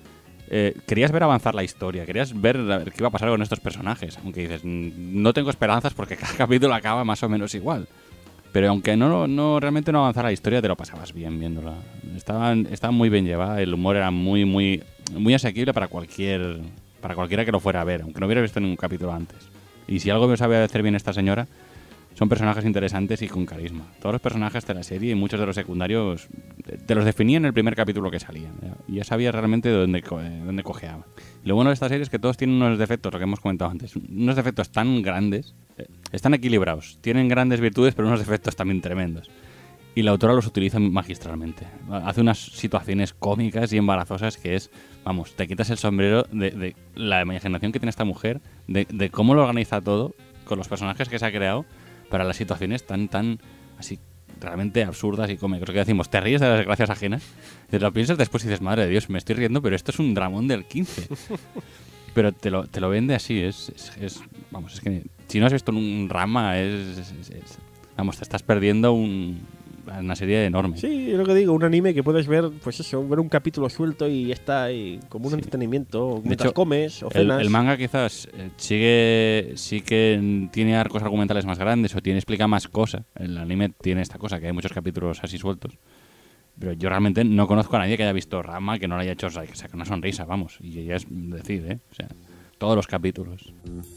Eh, querías ver avanzar la historia, querías ver, ver qué iba a pasar con estos personajes, aunque dices, no tengo esperanzas porque cada capítulo acaba más o menos igual. Pero aunque no, no realmente no avanzara la historia, te lo pasabas bien viéndola. Estaba, estaba muy bien llevada, el humor era muy, muy, muy asequible para cualquier, para cualquiera que lo fuera a ver, aunque no hubiera visto ningún capítulo antes. Y si algo me sabe hacer bien esta señora, son personajes interesantes y con carisma. Todos los personajes de la serie y muchos de los secundarios te los definía en el primer capítulo que salían. Y ya sabías realmente dónde, dónde cojeaba. Y lo bueno de esta serie es que todos tienen unos defectos, lo que hemos comentado antes. Unos defectos tan grandes, eh, están equilibrados. Tienen grandes virtudes, pero unos defectos también tremendos. Y la autora los utiliza magistralmente. Hace unas situaciones cómicas y embarazosas que es, vamos, te quitas el sombrero de, de la imaginación que tiene esta mujer, de, de cómo lo organiza todo, con los personajes que se ha creado, para las situaciones tan, tan, así, realmente absurdas y cómicas. Que decimos, te ríes de las desgracias ajenas, te lo piensas después y dices, madre de Dios, me estoy riendo, pero esto es un dramón del quince. Pero te lo, te lo vende así, es, es, es, vamos, es que si no has visto un Ranma, es, es, es vamos, te estás perdiendo un, una serie enorme. Sí, es lo que digo, un anime que puedes ver, pues eso, ver un capítulo suelto y ya está, y como un Sí. entretenimiento, De mientras hecho, comes o El, cenas. el manga quizás eh, sigue sí que tiene arcos argumentales más grandes o tiene explica más cosas. El anime tiene esta cosa, que hay muchos capítulos así sueltos. Pero yo realmente no conozco a nadie que haya visto Ranma que no le haya hecho que saque una sonrisa, vamos. Y ya es decir, ¿eh? O sea, todos los capítulos.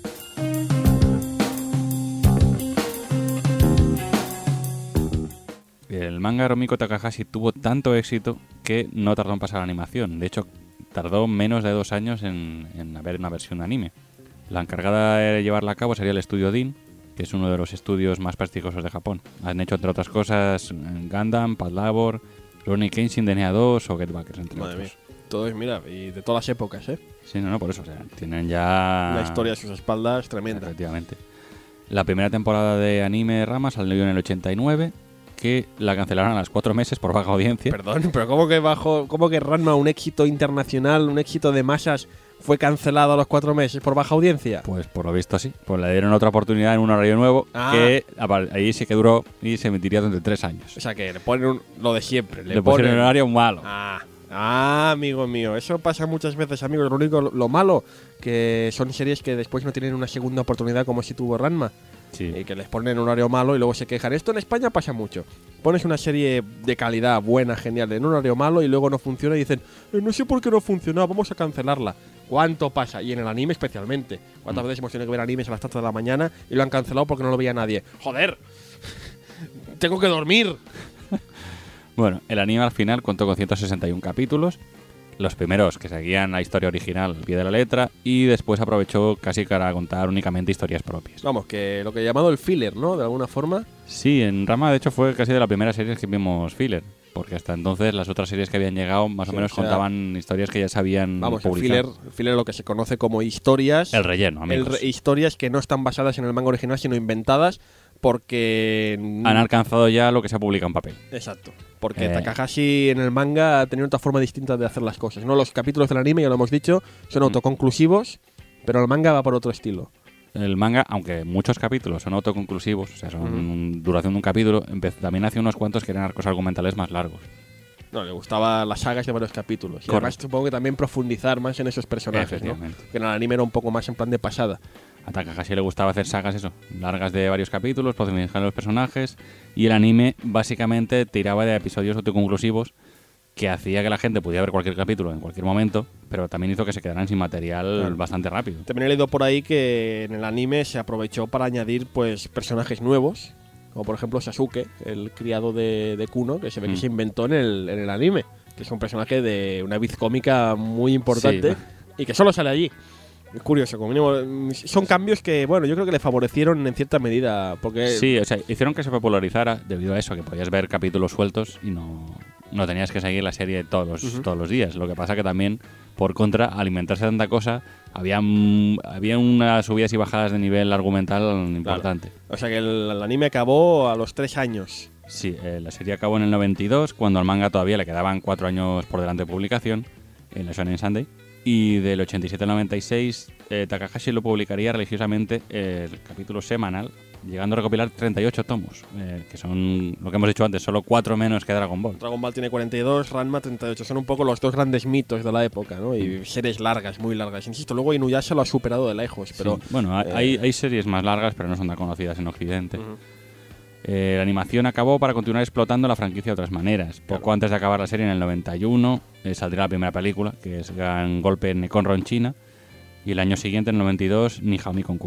El manga Romiko Takahashi tuvo tanto éxito que no tardó en pasar a la animación. De hecho, tardó menos de dos años en, en haber una versión de anime. La encargada de llevarla a cabo sería el estudio Deen, que es uno de los estudios más prestigiosos de Japón. Han hecho, entre otras cosas, Gundam, Pad Labor, Rurouni Kenshin, D N A dos o Get Backers, entre Madre otros. mía. Todo es, mira, y de todas las épocas, ¿eh? Sí, no, no, por eso. O sea, tienen ya... Una historia a sus espaldas tremenda. Efectivamente. La primera temporada de anime de Rama salió en el ochenta y nueve, que la cancelaron a los cuatro meses por baja audiencia. Perdón, pero ¿cómo que bajo, cómo que Ranma, un éxito internacional, un éxito de masas, fue cancelado a los cuatro meses por baja audiencia? Pues por lo visto sí. Pues le dieron otra oportunidad en un horario nuevo, Ah. que apar- ahí sí que duró y se emitiría durante tres años. O sea que le ponen un- lo de siempre. Le, Le pusieron ponen- el horario malo. Ah, ah, amigo mío. Eso pasa muchas veces, amigos. Lo único, lo malo, que son series que después no tienen una segunda oportunidad como si tuvo Ranma. Sí. Y que les ponen un horario malo y luego se quejan. Esto en España pasa mucho. Pones una serie de calidad, buena, genial, en un horario malo y luego no funciona y dicen, "Eh, no sé por qué no funciona, vamos a cancelarla. ¿Cuánto pasa? Y en el anime especialmente. ¿Cuántas Mm. veces hemos tenido que ver animes a las tantas de la mañana y lo han cancelado porque no lo veía nadie? ¡Joder! ¡Tengo que dormir! Bueno, el anime al final contó con ciento sesenta y uno capítulos. Los primeros que seguían la historia original al pie de la letra y después aprovechó casi para contar únicamente historias propias. Vamos, que lo que he llamado el filler, ¿no? De alguna forma. Sí, en Rama de hecho fue casi de las primeras series que vimos filler, porque hasta entonces las otras series que habían llegado más Sí, o menos o sea, contaban historias que ya se habían Vamos, el publicado. filler, el filler es lo que se conoce como historias. El relleno, el amigos. re- historias que no están basadas en el manga original, sino inventadas porque. Han alcanzado ya lo que se ha publicado en papel. Exacto. Porque Eh. Takahashi en el manga ha tenido otra forma distinta de hacer las cosas. No, los capítulos del anime, ya lo hemos dicho, son Mm. autoconclusivos, pero el manga va por otro estilo. El manga, aunque muchos capítulos son autoconclusivos, o sea, son duración de un capítulo, empe- también hace unos cuantos que eran arcos argumentales más largos. No, le gustaba las sagas de varios capítulos. Y Correcto. además supongo que también profundizar más en esos personajes, ¿no? Efectivamente. Que en el anime era un poco más en plan de pasada. A Takahashi le gustaba hacer sagas, eso, largas de varios capítulos, profundizar en los personajes, y el anime básicamente tiraba de episodios autoconclusivos que hacía que la gente pudiera ver cualquier capítulo en cualquier momento, pero también hizo que se quedaran sin material Claro. bastante rápido. También he leído por ahí que en el anime se aprovechó para añadir pues personajes nuevos, como por ejemplo Sasuke, el criado de, de Kuno, que se ve Mm. que se inventó en el, en el anime, que es un personaje de una vid cómica muy importante Sí. y que solo sale allí. Es curioso, como mínimo, mm, son cambios que, bueno, yo creo que le favorecieron en cierta medida, porque Sí, o sea, hicieron que se popularizara debido a eso, que podías ver capítulos sueltos y no, no tenías que seguir la serie todos los, Ujú. todos los días. Lo que pasa que también, por contra, al alimentarse de tanta cosa, había, mm, había unas subidas y bajadas de nivel argumental importante. o sea que el, el anime acabó a los tres años. Sí, eh, la serie acabó en el noventa y dos, cuando al manga todavía le quedaban cuatro años por delante de publicación, en la Shonen Sunday. Y del ochenta y siete al noventa y seis, eh, Takahashi lo publicaría religiosamente eh, el capítulo semanal, llegando a recopilar treinta y ocho tomos, eh, que son, lo que hemos dicho antes, solo cuatro menos que Dragon Ball. Dragon Ball tiene cuarenta y dos, Ranma treinta y ocho. Son un poco los dos grandes mitos de la época, ¿no? Y series largas, muy largas. Insisto, luego Inuyasha lo ha superado de lejos, pero... Sí. Bueno, hay, eh, hay- hay series más largas, pero no son tan conocidas en Occidente. Ujú. Eh, la animación acabó para continuar explotando la franquicia de otras maneras. Poco Claro. antes de acabar la serie, en el noventa y uno, eh, saldría la primera película, que es Gran Golpe en Nekonro en China, y el año siguiente, en el noventa y dos, Ni Hao ni Concubina.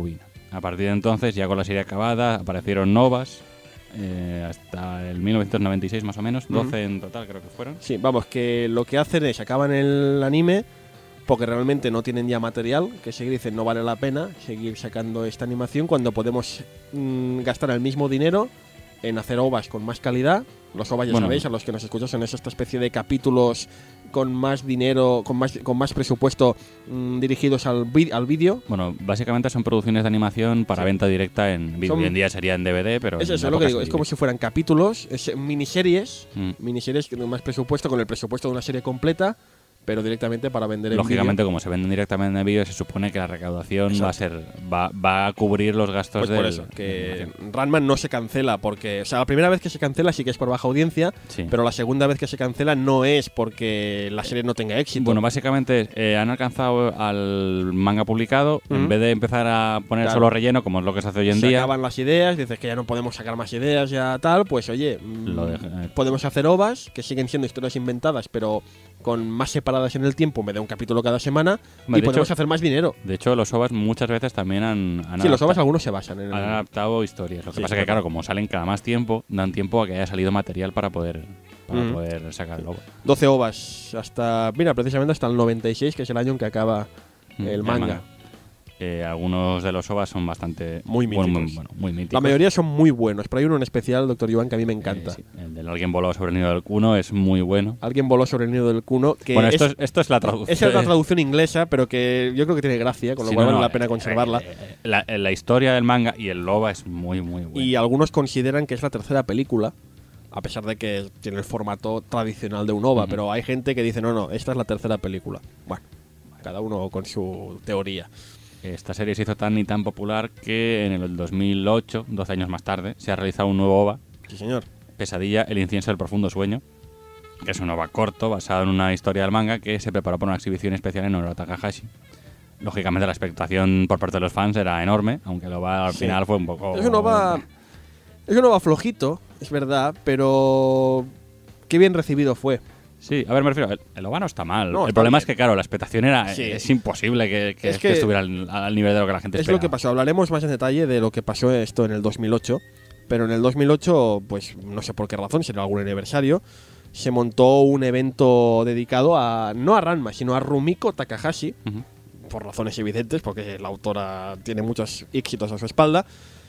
A partir de entonces, ya con la serie acabada, aparecieron novas, eh, hasta el mil novecientos noventa y seis más o menos, doce uh-huh. en total creo que fueron. Sí, vamos, que lo que hacen es acaban el anime porque realmente no tienen ya material, que seguir dicen no vale la pena seguir sacando esta animación cuando podemos mmm, gastar el mismo dinero en hacer ovas con más calidad. Los ovas, ya bueno, sabéis, a los que nos escuchan, son esta especie de capítulos con más dinero, con más con más presupuesto mmm, dirigidos al al vídeo. Bueno, básicamente son producciones de animación para sí. venta directa en vídeo. Hoy en día sería en D V D, pero... Es eso, es lo que digo, es como si fueran capítulos, es, miniseries, mm. miniseries con más presupuesto, con el presupuesto de una serie completa, pero directamente para vender en Lógicamente, vídeo. Como se venden directamente en vídeo, se supone que la recaudación Exacto. va a ser va, va a cubrir los gastos pues del... por eso, que Ranma no se cancela porque... O sea, la primera vez que se cancela sí que es por baja audiencia, sí. pero la segunda vez que se cancela no es porque la serie no tenga éxito. Bueno, básicamente eh, han alcanzado al manga publicado, uh-huh. en vez de empezar a poner claro. solo relleno, como es lo que se hace hoy en se día. Se acaban las ideas, dices que ya no podemos sacar más ideas, ya tal, pues oye, lo de, eh. podemos hacer ovas que siguen siendo historias inventadas, pero con más separadas en el tiempo, me da un capítulo cada semana Vale, y podemos hecho, hacer más dinero. De hecho, los ovas muchas veces también han, han Sí, los ovas algunos se basan en han el... adaptado historias. Lo que sí, pasa es que, claro, como salen cada más tiempo, dan tiempo a que haya salido material para poder para mm. poder sacar el ova. doce ovas hasta, mira, precisamente hasta el noventa y seis, que es el año en que acaba mm, el manga. El manga. Eh, algunos de los ovas son bastante muy míticos. Muy, muy, bueno, muy míticos. La mayoría son muy buenos, pero hay uno en especial, doctor Yuan, que a mí me encanta. Eh, sí. El del Alguien voló sobre el nido del cuno es muy bueno. Alguien voló sobre el nido del cuno. Que bueno, es, esto es, esto es la traducción. Esa es la traducción inglesa, pero que yo creo que tiene gracia, con lo sí, cual no, vale no, la pena conservarla. Eh, eh, la, la historia del manga y el ova es muy, muy bueno. Y algunos consideran que es la tercera película, a pesar de que tiene el formato tradicional de un ova, uh-huh. pero hay gente que dice, no, no, esta es la tercera película. Bueno, cada uno con su teoría. Esta serie se hizo tan y tan popular que en el dos mil ocho, doce años más tarde, se ha realizado un nuevo ova. Sí, señor. Pesadilla, el incienso del profundo sueño, que es un ova corto basado en una historia del manga que se preparó para una exhibición especial en honor a Takahashi. Lógicamente la expectación por parte de los fans era enorme, aunque el ova al sí. final fue un poco... Es un ova... Es un ova flojito, es verdad, pero... Qué bien recibido fue. Sí, a ver, me refiero, el, el ova no está mal. No, el está problema bien. es que, claro, la expectación era... Sí. Es imposible que, que, es que que estuviera al, al nivel de lo que la gente es esperaba. Es lo que pasó. Hablaremos más en detalle de lo que pasó esto en el dos mil ocho. Pero en el dos mil ocho, pues no sé por qué razón, será algún aniversario, se montó un evento dedicado a... No a Ranma, sino a Rumiko Takahashi. Uh-huh. Por razones evidentes, porque la autora tiene muchos éxitos a su espalda.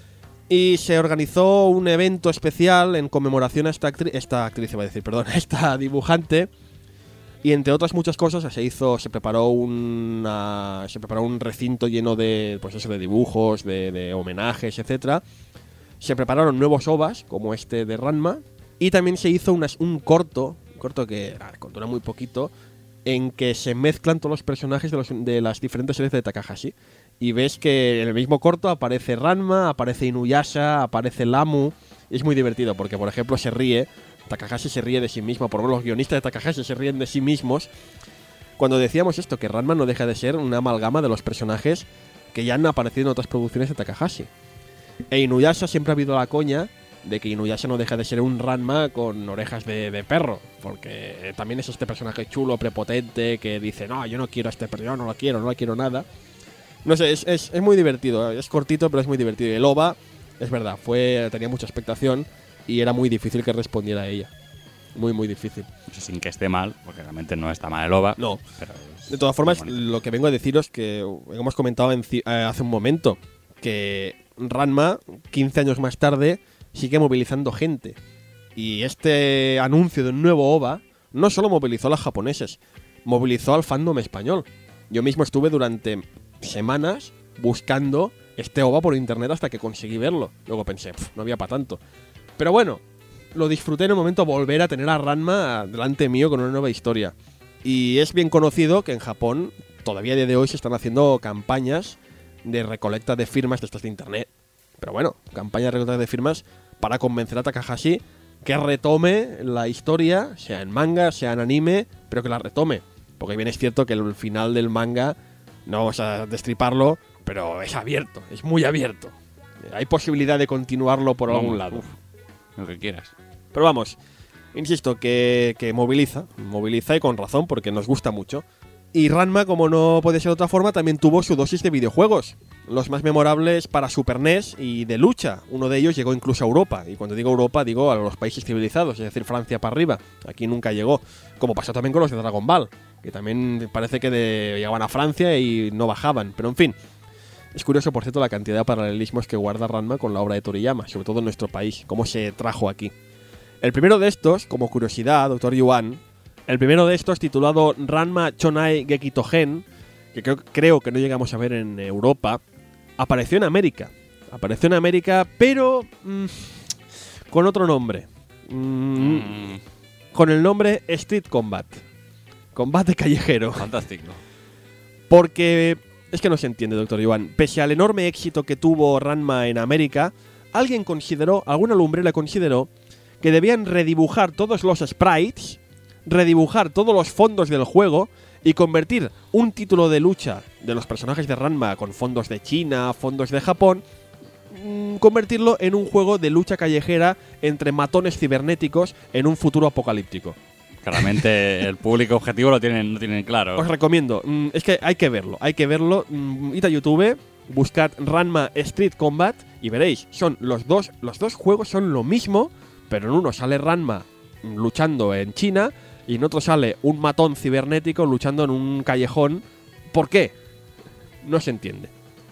Y se organizó un evento especial en conmemoración a esta actriz, esta actriz iba a decir, perdón, esta dibujante. Y entre otras muchas cosas se hizo, se preparó una, se preparó un recinto lleno de, pues eso, de dibujos, de, de homenajes, etcétera. Se prepararon nuevos ovas, como este de Ranma, y también se hizo unas, un corto, un corto que ah, dura muy poquito, en que se mezclan todos los personajes de, los, de las diferentes series de Takahashi. Y ves que en el mismo corto aparece Ranma, aparece Inuyasha, aparece Lamu. Y es muy divertido porque, por ejemplo, se ríe. Takahashi se ríe de sí mismo. Por lo menos los guionistas de Takahashi se ríen de sí mismos. Cuando decíamos esto, que Ranma no deja de ser una amalgama de los personajes que ya han aparecido en otras producciones de Takahashi. E Inuyasha siempre ha habido la coña de que Inuyasha no deja de ser un Ranma con orejas de, de perro. Porque también es este personaje chulo, prepotente, que dice, no, yo no quiero a este perro, yo no lo quiero, no lo quiero nada. No sé, es, es, es muy divertido, es cortito pero es muy divertido. Y el ova, es verdad, fue tenía mucha expectación y era muy difícil que respondiera a ella. Muy, muy difícil. O sea, sin que esté mal, porque realmente no está mal el ova. No. Pero de todas formas, lo que vengo a deciros que hemos comentado en, eh, hace un momento, que Ranma, quince años más tarde, sigue movilizando gente. Y este anuncio de un nuevo ova no solo movilizó a los japoneses, movilizó al fandom español. Yo mismo estuve durante semanas buscando este ova por internet hasta que conseguí verlo. Luego pensé, no había para tanto. Pero bueno, lo disfruté en el momento volver a tener a Ranma delante mío con una nueva historia. Y es bien conocido que en Japón, todavía a día de hoy, se están haciendo campañas de recolecta de firmas de estas de internet. Pero bueno, campañas de recolecta de firmas para convencer a Takahashi que retome la historia, sea en manga, sea en anime, pero que la retome. Porque bien es cierto que el final del manga, no vamos a destriparlo, pero es abierto, es muy abierto. Hay posibilidad de continuarlo por Vamos, algún lado. Uf, lo que quieras. Pero vamos, insisto, que, que moviliza, moviliza y con razón, porque nos gusta mucho. Y Ranma, como no puede ser de otra forma, también tuvo su dosis de videojuegos. Los más memorables para Super N E S y de lucha. Uno de ellos llegó incluso a Europa. Y cuando digo Europa, digo a los países civilizados, es decir, Francia para arriba. Aquí nunca llegó. Como pasó también con los de Dragon Ball, que también parece que de, llegaban a Francia y no bajaban. Pero en fin, es curioso, por cierto, la cantidad de paralelismos que guarda Ranma con la obra de Toriyama, sobre todo en nuestro país, cómo se trajo aquí. El primero de estos, como curiosidad, doctor Yuan, el primero de estos, titulado Ranma Chonai Gekito-gen, que creo, creo que no llegamos a ver en Europa, apareció en América. Apareció en América, pero mmm, con otro nombre. Mm, mm. Con el nombre Street Combat. Combate callejero. Fantástico. Porque es que no se entiende, doctor Yuan. Pese al enorme éxito que tuvo Ranma en América, alguien consideró, alguna lumbrera consideró, que debían redibujar todos los sprites, redibujar todos los fondos del juego y convertir un título de lucha de los personajes de Ranma con fondos de China, fondos de Japón, mmm, convertirlo en un juego de lucha callejera entre matones cibernéticos en un futuro apocalíptico. Claramente el público objetivo lo tienen, lo tienen claro. Os recomiendo, mmm, es que hay que verlo, hay que verlo. Mmm, id a YouTube, buscad Ranma Street Combat y veréis, son los dos, los dos juegos son lo mismo, pero en uno sale Ranma luchando en China y en otro sale un matón cibernético luchando en un callejón. ¿Por qué? No se entiende.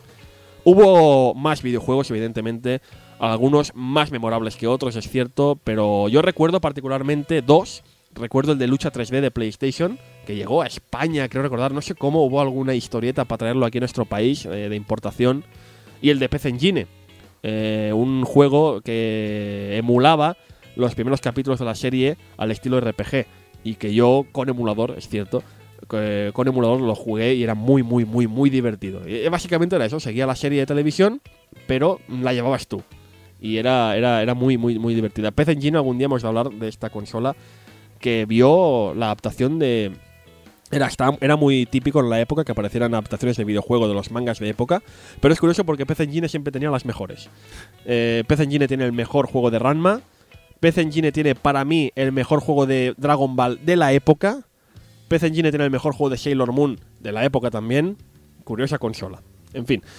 Hubo más videojuegos, evidentemente, algunos más memorables que otros, es cierto, pero yo recuerdo particularmente dos. Recuerdo el de lucha tres D de PlayStation, que llegó a España, creo recordar, no sé cómo, hubo alguna historieta para traerlo aquí a nuestro país, eh, de importación. Y el de P C Engine, eh, un juego que emulaba los primeros capítulos de la serie al estilo R P G. Y que yo con emulador, es cierto, que con emulador lo jugué y era muy, muy, muy, muy divertido. Y básicamente era eso, seguía la serie de televisión, pero la llevabas tú. Y era, era, era muy, muy, muy divertida. P C Engine, algún día hemos de hablar de esta consola que vio la adaptación de... Era, estaba, era muy típico en la época que aparecieran adaptaciones de videojuegos de los mangas de época, pero es curioso porque P C Engine siempre tenía las mejores. Eh, P C Engine tiene el mejor juego de Ranma. P C Engine tiene, para mí, el mejor juego de Dragon Ball de la época. P C Engine tiene el mejor juego de Sailor Moon de la época también. Curiosa consola. En fin.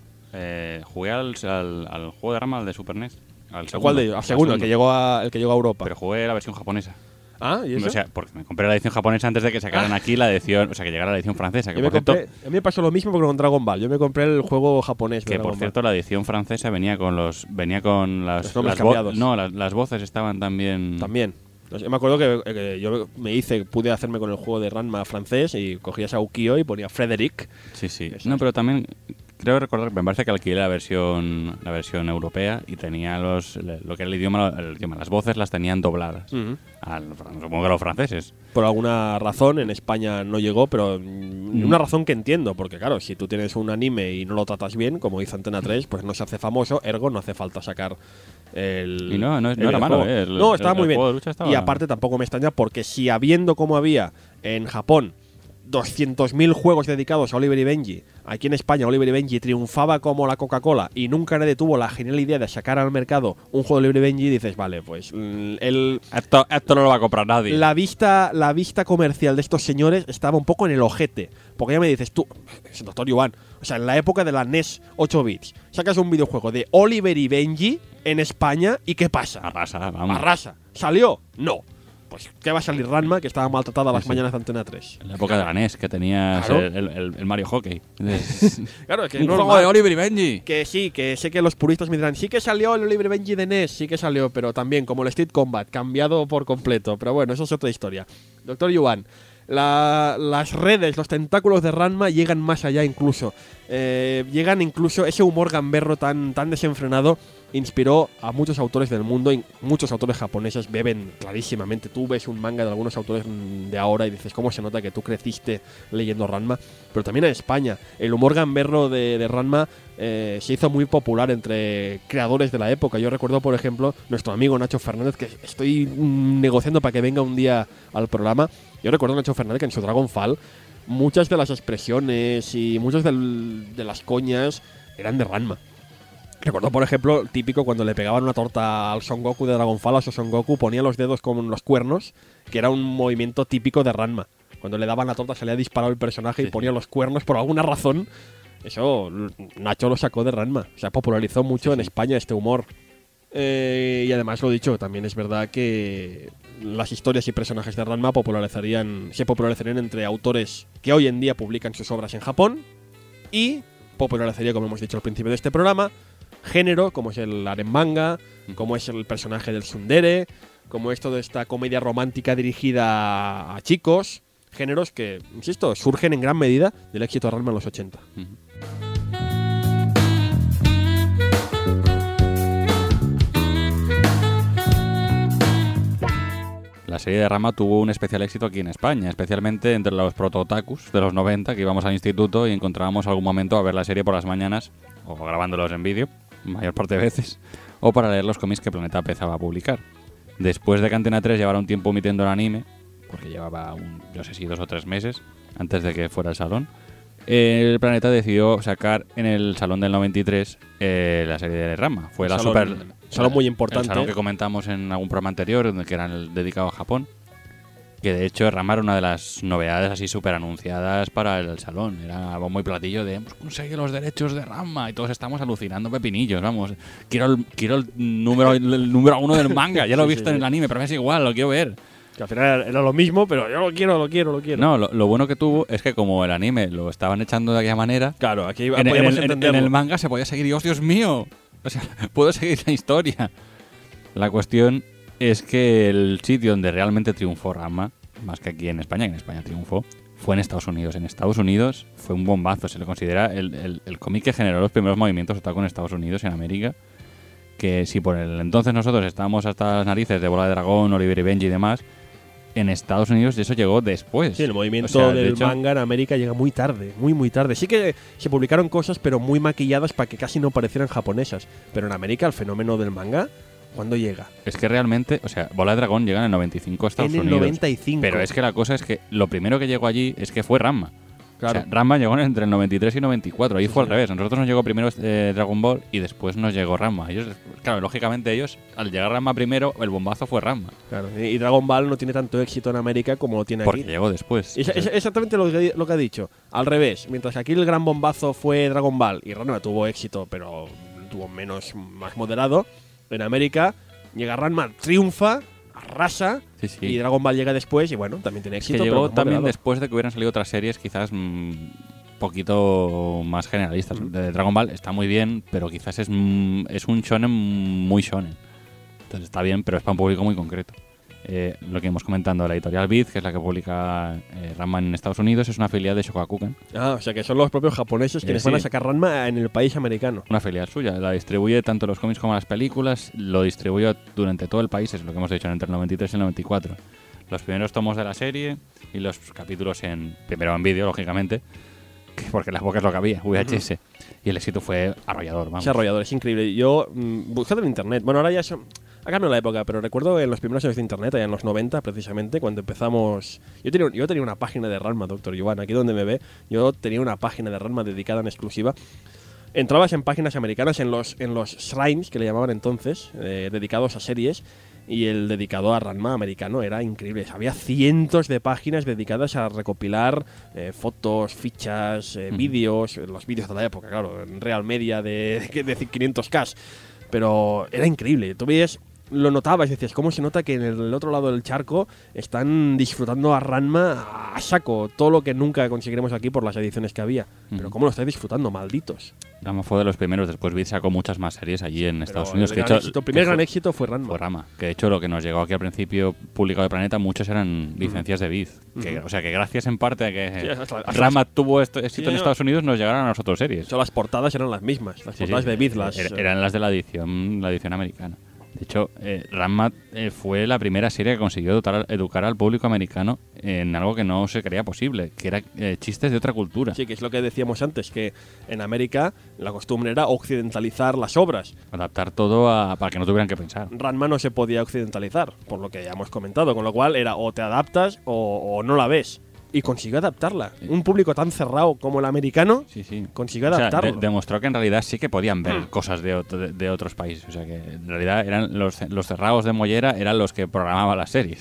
Eh, jugué al, al, al juego de Ranma, al de Super N E S. Al segundo, ¿Cuál de ellos? Al segundo, el que llegó a, el que llegó a Europa. Pero jugué la versión japonesa. Ah, ¿y eso? O sea, porque me compré la edición japonesa antes de que sacaran ah. aquí la edición, o sea, que llegara la edición francesa. Que me por compré, cierto, a mí me pasó lo mismo con Dragon Ball. Yo me compré el juego japonés de que Dragon por cierto Ball. la edición francesa venía con los, venía con las, los las cambiados. No, las, las voces estaban también. También. Yo me acuerdo que, que yo me hice, pude hacerme con el juego de Ranma francés y cogías a Ukio y ponía Frederick. Sí, sí. No, pero también creo recordar que me parece que alquilé la versión la versión europea y tenía los lo que era el idioma, el idioma las voces las tenían dobladas. Uh-huh. Al, supongo que a los franceses. Por alguna razón en España no llegó, pero mm. una razón que entiendo, porque claro, si tú tienes un anime y no lo tratas bien, como dice Antena tres, pues no se hace famoso, ergo no hace falta sacar el... Y no, no, no era malo, ¿eh? El, no, estaba el, muy el bien. Estaba... Y aparte tampoco me extraña porque si habiendo como había en Japón doscientos mil juegos dedicados a Oliver y Benji, aquí en España Oliver y Benji triunfaba como la Coca-Cola y nunca nadie tuvo la genial idea de sacar al mercado un juego de Oliver y Benji, dices, vale, pues el, esto, esto no lo va a comprar nadie. La vista, la vista comercial de estos señores estaba un poco en el ojete, porque ya me dices tú, doctor Yuan, o sea, en la época de la N E S ocho bits, sacas un videojuego de Oliver y Benji en España y ¿qué pasa? Arrasa, vamos. Arrasa. ¿Salió? No. Pues ¿qué va a salir Ranma, que estaba maltratada a las sí, mañanas de Antena tres? En la época de la N E S, que tenías claro. el, el, el Mario Hockey. Claro, que un no juego de Oliver y Benji. Que sí, que sé que los puristas me dirán, sí que salió el Oliver y Benji de N E S, sí que salió, pero también como el Street Combat, cambiado por completo. Pero bueno, eso es otra historia. Doctor Yuan, la, las redes, los tentáculos de Ranma llegan más allá incluso. Eh, llegan incluso, ese humor gamberro tan, tan desenfrenado inspiró a muchos autores del mundo, y muchos autores japoneses beben clarísimamente. Tú ves un manga de algunos autores de ahora y dices, ¿cómo se nota que tú creciste leyendo Ranma? Pero también en España, el humor gamberro de, de Ranma eh, se hizo muy popular entre creadores de la época. Yo recuerdo, por ejemplo, nuestro amigo Nacho Fernández, que estoy mm, negociando para que venga un día al programa. Yo recuerdo a Nacho Fernández que en su Dragonfall muchas de las expresiones y muchas del, de las coñas eran de Ranma. Recuerdo, por ejemplo, típico cuando le pegaban una torta al Son Goku de Dragonfall, a su Son Goku ponía los dedos con los cuernos, que era un movimiento típico de Ranma. Cuando le daban la torta salía disparado el personaje Sí, y ponía sí. los cuernos por alguna razón. Eso Nacho lo sacó de Ranma. O sea, popularizó mucho Sí, en sí. España este humor. Eh, y además, lo dicho, también es verdad que las historias y personajes de Ranma popularizarían, se popularizarían entre autores que hoy en día publican sus obras en Japón y popularizaría, como hemos dicho al principio de este programa, género como es el harem manga, como es el personaje del tsundere, como es toda esta comedia romántica dirigida a chicos, géneros que, insisto, surgen en gran medida del éxito de Ranma en los ochenta. Ujú. La serie de Ranma tuvo un especial éxito aquí en España, especialmente entre los proto-otakus de los noventa, que íbamos al instituto y encontrábamos algún momento a ver la serie por las mañanas, o grabándolos en vídeo, mayor parte de veces, o para leer los cómics que Planeta empezaba a publicar. Después de que Antena tres llevara un tiempo emitiendo el anime, porque llevaba, un, no sé si dos o tres meses, antes de que fuera el salón, el Planeta decidió sacar en el salón del noventa y tres eh, la serie de Ranma. Fue Un la salón- super... salón muy El importante. salón que comentamos en algún programa anterior, donde que era el dedicado a Japón. Que de hecho Ranma era una de las novedades así súper anunciadas para el salón. Era muy platillo de hemos conseguido los derechos de Ranma y todos estamos alucinando pepinillos, vamos. Quiero el, quiero el número el número uno del manga, ya lo he Sí, visto sí, en sí. el anime, pero me es igual, lo quiero ver. Que al final era lo mismo, pero yo lo quiero, lo quiero, lo quiero. No, lo, lo bueno que tuvo es que como el anime lo estaban echando de aquella manera, Claro, aquí en, en podíamos el, en- en entenderlo. el manga se podía seguir y ¡oh, Dios mío! O sea, puedo seguir la historia. La cuestión es que el sitio donde realmente triunfó Ranma, más que aquí en España, que en España triunfó, fue en Estados Unidos. En Estados Unidos fue un bombazo. Se le considera el, el, el cómic que generó los primeros movimientos otaku en Estados Unidos y en América. Que si por el entonces nosotros estábamos hasta las narices de Bola de Dragón, Oliver y Benji y demás, en Estados Unidos eso llegó después. Sí, el movimiento O sea, de del hecho, manga en América llega muy tarde, muy muy tarde. Sí que se publicaron cosas, pero muy maquilladas para que casi no parecieran japonesas. Pero en América el fenómeno del manga, ¿cuándo llega? Es que realmente, o sea, Bola de Dragón llega en el noventa y cinco a Estados en el Unidos. noventa y cinco. Pero es que la cosa es que lo primero que llegó allí es que fue Ranma. Claro. O sea, Ranma llegó entre el noventa y tres y noventa y cuatro. Ahí Sí, fue sí. al revés. A nosotros nos llegó primero eh, Dragon Ball y después nos llegó Ranma. Ellos, claro, lógicamente ellos, al llegar Ranma primero, el bombazo fue Ranma. Claro, y y Dragon Ball no tiene tanto éxito en América como lo tiene Porque aquí. llegó después. Es, es exactamente lo que, lo que ha dicho. Al revés, mientras que aquí el gran bombazo fue Dragon Ball y Ranma tuvo éxito, pero tuvo menos, más moderado, en América llega Ranma, triunfa, arrasa, Sí, sí. y Dragon Ball llega después y bueno, también tiene Es éxito. que pero llegó más también moderado. después de que hubieran salido otras series quizás un poquito más generalistas. De Dragon Ball está muy bien, pero quizás es, mm, es un shonen muy shonen. Entonces está bien, pero es para un público muy concreto. Eh, lo que hemos comentado, la editorial Viz, que es la que publica eh, Ranma en Estados Unidos, es una filial de Shogakukan, Ah, o sea que son los propios japoneses Eh, quienes sí. van a sacar Ranma en el país americano. una filial suya. La distribuye tanto los cómics como las películas, lo distribuyó durante todo el país, es lo que hemos dicho, entre el noventa y tres y el noventa y cuatro. Los primeros tomos de la serie y los capítulos en primero en vídeo, lógicamente, que- porque en las bocas lo que había, V H S. Y el éxito fue arrollador, vamos. Ese arrollador es increíble. Yo, mm, buscando en internet, bueno, ahora ya son, ha cambiado la época, pero recuerdo en los primeros años de internet, allá en los noventa precisamente, cuando empezamos. Yo tenía, yo tenía una página de Ranma, doctor Yuan, aquí donde me ve, yo tenía una página de Ranma dedicada en exclusiva. Entrabas en páginas americanas, en los, en los shrines, que le llamaban entonces, eh, dedicados a series, y el dedicado a Ranma americano era increíble. Había cientos de páginas dedicadas a recopilar eh, fotos, fichas, eh, Ujú. vídeos, eh, los vídeos de la época, claro, en Real Media de, de quinientos K. Pero era increíble. Tú veías, lo notabas y decías, ¿cómo se nota que en el otro lado del charco están disfrutando a Ranma a saco? Todo lo que nunca conseguiremos aquí por las ediciones que había. Pero Ujú. ¿cómo lo estáis disfrutando, malditos? Ranma fue de los primeros, después Viz sacó muchas más series allí en Estados Pero Unidos. el Que gran de hecho, éxito, el que primer fue- gran éxito fue Ranma. fue Ranma. Que de hecho lo que nos llegó aquí al principio publicado de Planeta, muchos eran licencias de Viz. Que, Ujú. O sea que gracias en parte a que Sí, hasta- hasta- Ranma tuvo esto, éxito Sí, en no. Estados Unidos, nos llegaron a nosotros series. De hecho, las portadas eran las mismas. Las Sí, portadas sí, de Viz, las. er- eran las de la edición, la edición americana. De hecho, eh, Ranma eh, fue la primera serie que consiguió dotar- educar al público americano en algo que no se creía posible, que era eh, chistes de otra cultura. Sí, que es lo que decíamos antes, que en América la costumbre era occidentalizar las obras. Adaptar todo a- para que no tuvieran que pensar. Ranma no se podía occidentalizar, por lo que ya hemos comentado, con lo cual era o te adaptas o, o no la ves. Y consiguió adaptarla. Un público tan cerrado como el americano Sí, sí. consiguió O sea, adaptarlo. de- demostró que en realidad sí que podían ver Mm. cosas de, otro- de, de otros países. O sea, que en realidad eran los, los cerrados de Mollera eran los que programaban las series.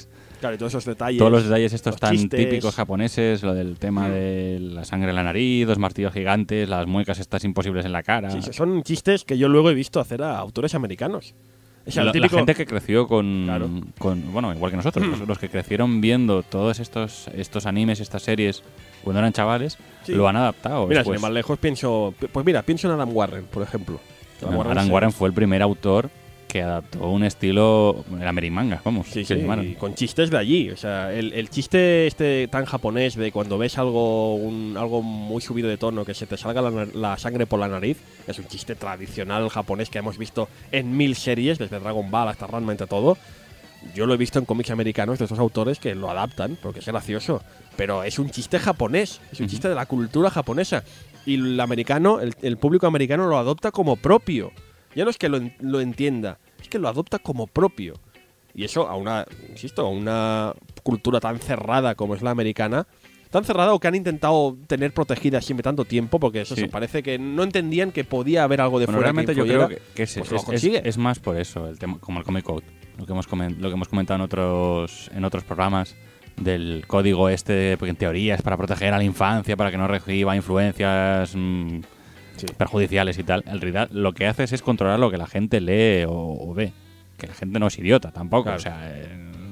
Claro, y todos esos detalles. Todos los detalles estos los tan chistes. típicos japoneses, lo del tema Mm. de la sangre en la nariz, los martillos gigantes, las muecas estas imposibles en la cara. Sí, son chistes que yo luego he visto hacer a autores americanos. O sea, el la, la típico- gente que creció con, Claro. con- bueno, igual que nosotros, los, los que crecieron viendo todos estos estos animes, estas series cuando eran chavales, Sí. lo han adaptado. Mira, después. sin ir más lejos, pienso. Pues mira, pienso en Adam Warren, por ejemplo. Bueno, Warren Alan se- Warren fue el primer autor que adaptó un estilo, el Amerimanga, vamos. Sí, que sí, le llamaron. y con chistes de allí. O sea, el, el chiste este tan japonés de cuando ves algo un, algo muy subido de tono, que se te salga la, nar- la sangre por la nariz, es un chiste tradicional japonés que hemos visto en mil series, desde Dragon Ball hasta Ranma, entre todo. Yo lo he visto en cómics americanos de estos autores que lo adaptan, porque es gracioso. Pero es un chiste japonés, es un Ujú. chiste de la cultura japonesa. Y el americano, el, el público americano lo adopta como propio. Ya no es que lo, en- lo entienda, es que lo adopta como propio. Y eso a una, insisto, a una cultura tan cerrada como es la americana, tan cerrada o que han intentado tener protegida siempre tanto tiempo, porque eso Sí. se parece que no entendían que podía haber algo de Bueno, fuera realmente que yo influyera. creo que, que es, pues es- lo es- consigue. es más por eso, el tema, como el Comic Code, lo que hemos comen- lo que hemos comentado en otros en otros programas del código este, porque en teoría es para proteger a la infancia, para que no reciba influencias mm, Sí. perjudiciales y tal. En realidad lo que haces es controlar lo que la gente lee o, o ve, que la gente no es idiota tampoco, Claro. o sea, eh,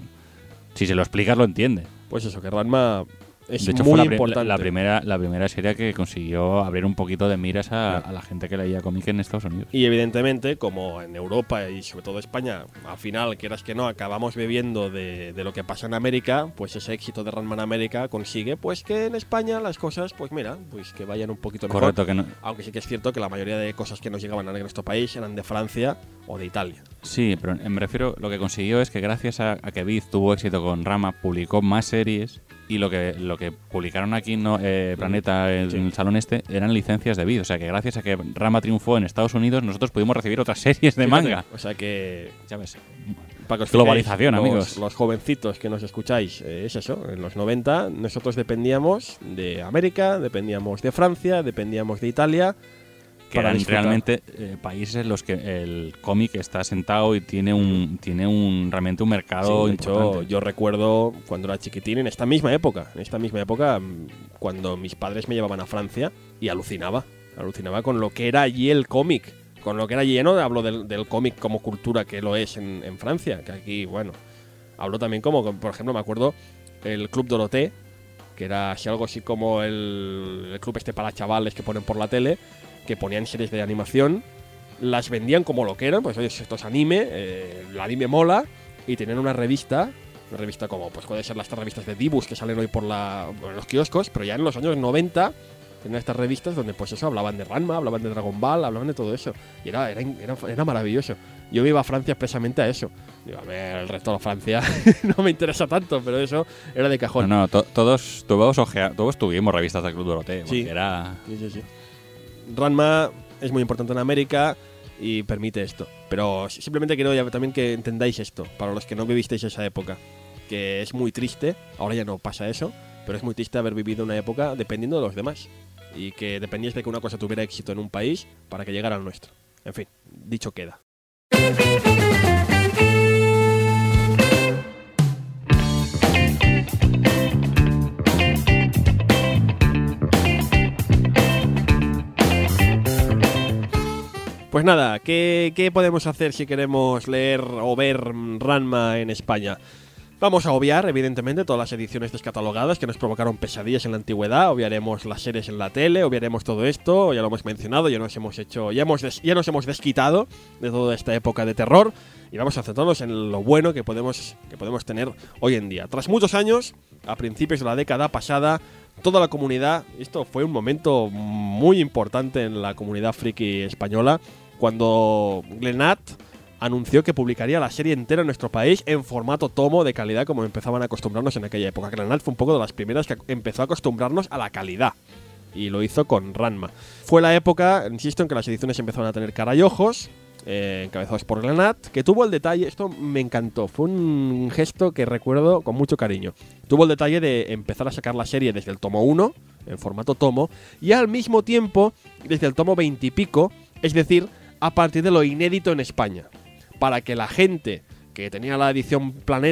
si se lo explicas lo entiende. Pues eso, que Ranma es De hecho, muy fue la, pri- importante. la, la primera, la primera serie que consiguió abrir un poquito de miras a, Claro. a la gente que leía cómic en Estados Unidos. Y evidentemente, como en Europa y sobre todo España, al final, quieras que no, acabamos bebiendo de, de lo que pasa en América, pues ese éxito de Ranma en América consigue pues que en España las cosas, pues mira, pues que vayan un poquito mejor. Correcto, que no, Aunque sí que es cierto que la mayoría de cosas que nos llegaban a nuestro país eran de Francia o de Italia. sí, pero me refiero, lo que consiguió es que gracias a, a que Viz tuvo éxito con Rama, publicó más series y lo que lo que publicaron aquí no eh, Planeta en Sí. el salón este eran licencias de Viz, o sea que gracias a que Rama triunfó en Estados Unidos nosotros pudimos recibir otras series de Fíjate, manga. O sea que ¿Sabes? para que os Globalización, fijéis, amigos. Los, los jovencitos que nos escucháis, eh, es eso, en los noventa nosotros dependíamos de América, dependíamos de Francia, dependíamos de Italia. Que para eran disfrutar. realmente eh, países en los que el cómic está sentado y tiene un tiene un realmente un mercado Sí, de hecho, importante. yo recuerdo cuando era chiquitín, en esta misma época, en esta misma época, mm, cuando mis padres me llevaban a Francia y alucinaba, alucinaba con lo que era allí el cómic, con lo que era allí, ya no hablo del, del cómic como cultura que lo es en, en Francia, que aquí, bueno, hablo también como, por ejemplo, me acuerdo el Club Dorothée, que era así algo así como el, el club este para chavales que ponen por la tele, que ponían series de animación, las vendían como lo que eran, pues oye, esto es anime, eh, el anime mola, y tenían una revista, una revista como pues puede ser las estas revistas de Dibus que salen hoy por la, por los kioscos, pero ya en los años noventa tenían estas revistas donde pues eso, hablaban de Ranma, hablaban de Dragon Ball, hablaban de todo eso, y era, era, era, era maravilloso. Yo iba a Francia expresamente a eso. Digo, a ver, el resto de Francia no me interesa tanto, pero eso era de cajón. No, no, to- todos todos ojea- todos tuvimos revistas del Club Dorothée, porque Sí. era Sí, sí, sí. Ranma es muy importante en América y permite esto. Pero simplemente quiero ya también que entendáis esto, para los que no vivisteis esa época. Que es muy triste, ahora ya no pasa eso, pero es muy triste haber vivido una época dependiendo de los demás. Y que dependíais de que una cosa tuviera éxito en un país para que llegara al nuestro. En fin, dicho queda. Pues nada, ¿qué, qué podemos hacer si queremos leer o ver mm, Ranma en España? Vamos a obviar, evidentemente, todas las ediciones descatalogadas que nos provocaron pesadillas en la antigüedad. Obviaremos las series en la tele, obviaremos todo esto, ya lo hemos mencionado, ya nos hemos hecho, ya hemos des- ya nos hemos desquitado de toda esta época de terror y vamos a centrarnos en lo bueno que podemos, que podemos tener hoy en día. Tras muchos años, a principios de la década pasada, toda la comunidad, esto fue un momento muy importante en la comunidad friki española, cuando Glenat anunció que publicaría la serie entera en nuestro país en formato tomo de calidad como empezaban a acostumbrarnos en aquella época. Glenat fue un poco de las primeras que empezó a acostumbrarnos a la calidad y lo hizo con Ranma. Fue la época, insisto, en que las ediciones empezaron a tener cara y ojos, eh, encabezados por Glenat, que tuvo el detalle, esto me encantó, fue un gesto que recuerdo con mucho cariño. Tuvo el detalle de empezar a sacar la serie desde el tomo uno, en formato tomo, y al mismo tiempo desde el tomo veinte y pico, es decir, a partir de lo inédito en España, para que la gente que tenía la edición Planeta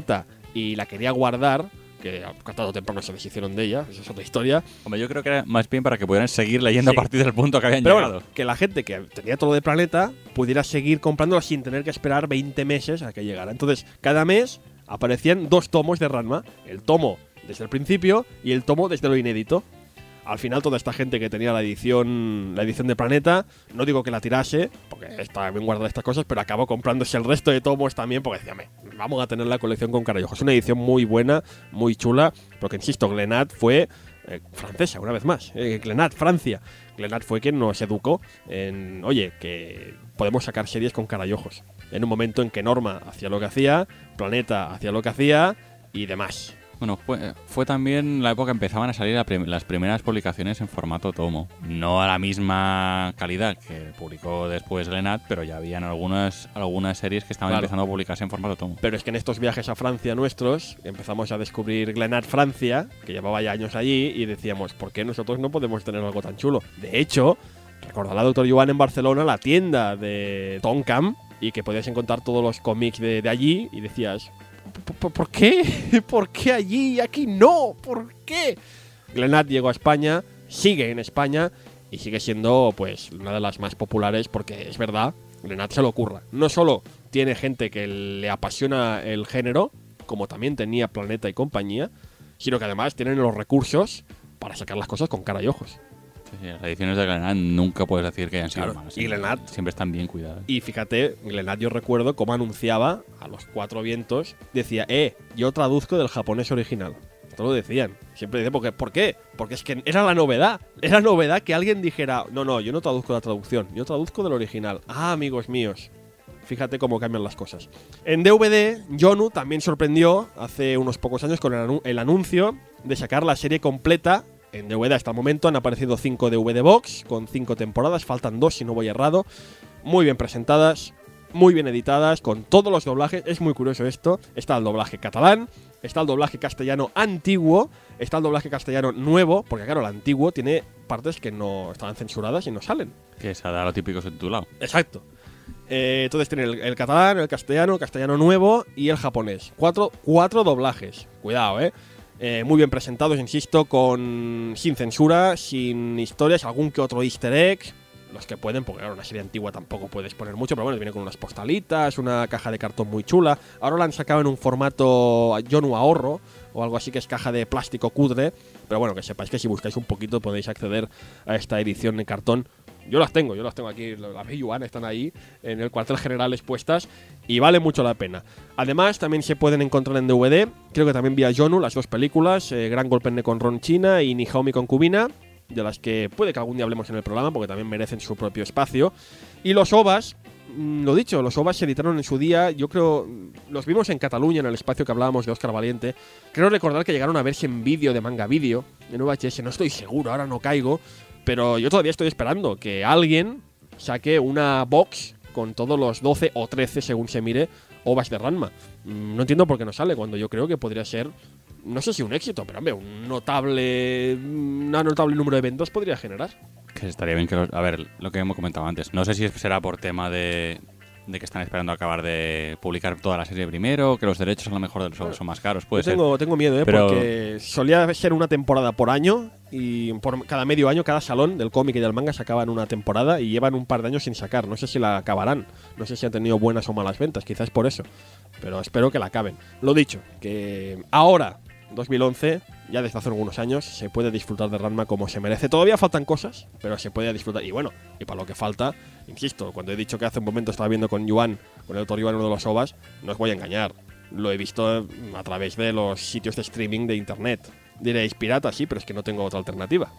y la quería guardar, que tarde o temprano se deshicieron de ella, esa es otra historia. Hombre, yo creo que era más bien para que pudieran seguir leyendo Sí. a partir del punto que habían Pero llegado. bueno, que la gente que tenía todo de Planeta pudiera seguir comprándolo sin tener que esperar veinte meses a que llegara. Entonces, cada mes aparecían dos tomos de Ranma, el tomo desde el principio y el tomo desde lo inédito. Al final, toda esta gente que tenía la edición la edición de Planeta, no digo que la tirase, porque está bien guardada estas cosas, pero acabó comprándose el resto de tomos también, porque decía, "Me, vamos a tener la colección con Cara y Ojos". Es una edición muy buena, muy chula, porque insisto, Glenat fue eh, francesa, una vez más. Eh, Glenat, Francia. Glenat fue quien nos educó en, oye, que podemos sacar series con Cara y Ojos. En un momento en que Norma hacía lo que hacía, Planeta hacía lo que hacía y demás. Bueno, fue, fue también la época que empezaban a salir la prim- las primeras publicaciones en formato tomo. No a la misma calidad que publicó después Glenat, pero ya habían algunas, algunas series que estaban Claro. empezando a publicarse en formato tomo. Pero es que en estos viajes a Francia nuestros empezamos a descubrir Glenat Francia, que llevaba ya años allí, y decíamos, ¿por qué nosotros no podemos tener algo tan chulo? De hecho, recordará doctor Yuan en Barcelona la tienda de Tonkam, y que podías encontrar todos los cómics de, de allí, y decías, ¿por, por qué? ¿Por qué allí y aquí no? ¿Por qué? Glenat llegó a España, sigue en España, y sigue siendo pues una de las más populares, porque es verdad, Glenat se lo ocurra. No solo tiene gente que le apasiona el género, como también tenía Planeta y compañía, sino que además tienen los recursos para sacar las cosas con cara y ojos. Sí, sí, las ediciones de Glenat nunca puedes decir que hayan sido Claro, malas. y Glenat- siempre están bien cuidadas. Y fíjate, Glenat, yo recuerdo cómo anunciaba a los cuatro vientos, decía, eh, yo traduzco del japonés original. Esto lo decían. Siempre decían, ¿por qué? ¿Por qué? Porque es que era la novedad. Era novedad que alguien dijera, no, no, yo no traduzco la traducción, yo traduzco del original. Ah, amigos míos. Fíjate cómo cambian las cosas. En D V D, Yonu también sorprendió hace unos pocos años con el, anu- el anuncio de sacar la serie completa. En D V D hasta el momento han aparecido cinco D V D Box con cinco temporadas, faltan dos si no voy errado. Muy bien presentadas, muy bien editadas, con todos los doblajes. Es muy curioso esto. Está el doblaje catalán, está el doblaje castellano antiguo, está el doblaje castellano nuevo, porque claro, el antiguo tiene partes que no estaban censuradas y no salen. Que es a dar lo típico subtitulado. Exacto. Eh, entonces tiene el, el catalán, el castellano, el castellano nuevo y el japonés. Cuatro, cuatro doblajes. Cuidado, eh. Eh, muy bien presentados, insisto, con sin censura, sin historias, algún que otro easter egg. Los que pueden, porque claro, una serie antigua tampoco puedes poner mucho, pero bueno, viene con unas postalitas, una caja de cartón muy chula. Ahora la han sacado en un formato Yonu ahorro, o algo así, que es caja de plástico cutre. Pero bueno, que sepáis que si buscáis un poquito podéis acceder a esta edición en cartón. Yo las tengo, yo las tengo aquí, las de Yuan están ahí en el cuartel general expuestas y vale mucho la pena. Además, también se pueden encontrar en D V D, creo que también vía Yonu, las dos películas, eh, Gran Golpe con Ron China y Nihao mi concubina, de las que puede que algún día hablemos en el programa porque también merecen su propio espacio. Y los O V As, mmm, lo dicho, los O V As se editaron en su día, yo creo, los vimos en Cataluña, en el espacio que hablábamos de Óscar Valiente. Creo recordar que llegaron a verse en vídeo de Manga Vídeo, en V H S, no estoy seguro, ahora no caigo. Pero yo todavía estoy esperando que alguien saque una box con todos los doce o trece, según se mire, O V As de Ranma. Mm, No entiendo por qué no sale, cuando yo creo que podría ser, no sé si un éxito, pero hombre, un notable, un notable número de ventas podría generar. Que estaría bien que los, a ver, lo que hemos comentado antes. No sé si será por tema de, de que están esperando acabar de publicar toda la serie primero, que los derechos a lo mejor de los Bueno, son más caros, puede Yo tengo, tengo miedo, ¿eh? Pero- Porque solía ser una temporada por año y por cada medio año, cada salón del cómic y del manga sacaban una temporada y llevan un par de años sin sacar. No sé si la acabarán, no sé si han tenido buenas o malas ventas, quizás por eso. Pero espero que la acaben. Lo dicho, que ahora, dos mil once, ya desde hace algunos años, se puede disfrutar de Ranma como se merece. Todavía faltan cosas, pero se puede disfrutar. Y bueno, y para lo que falta, insisto, cuando he dicho que hace un momento estaba viendo con Yuan, con el autor Yuan, uno de los O V As, no os voy a engañar. Lo he visto a través de los sitios de streaming de internet. Diréis, pirata, sí, pero es que no tengo otra alternativa.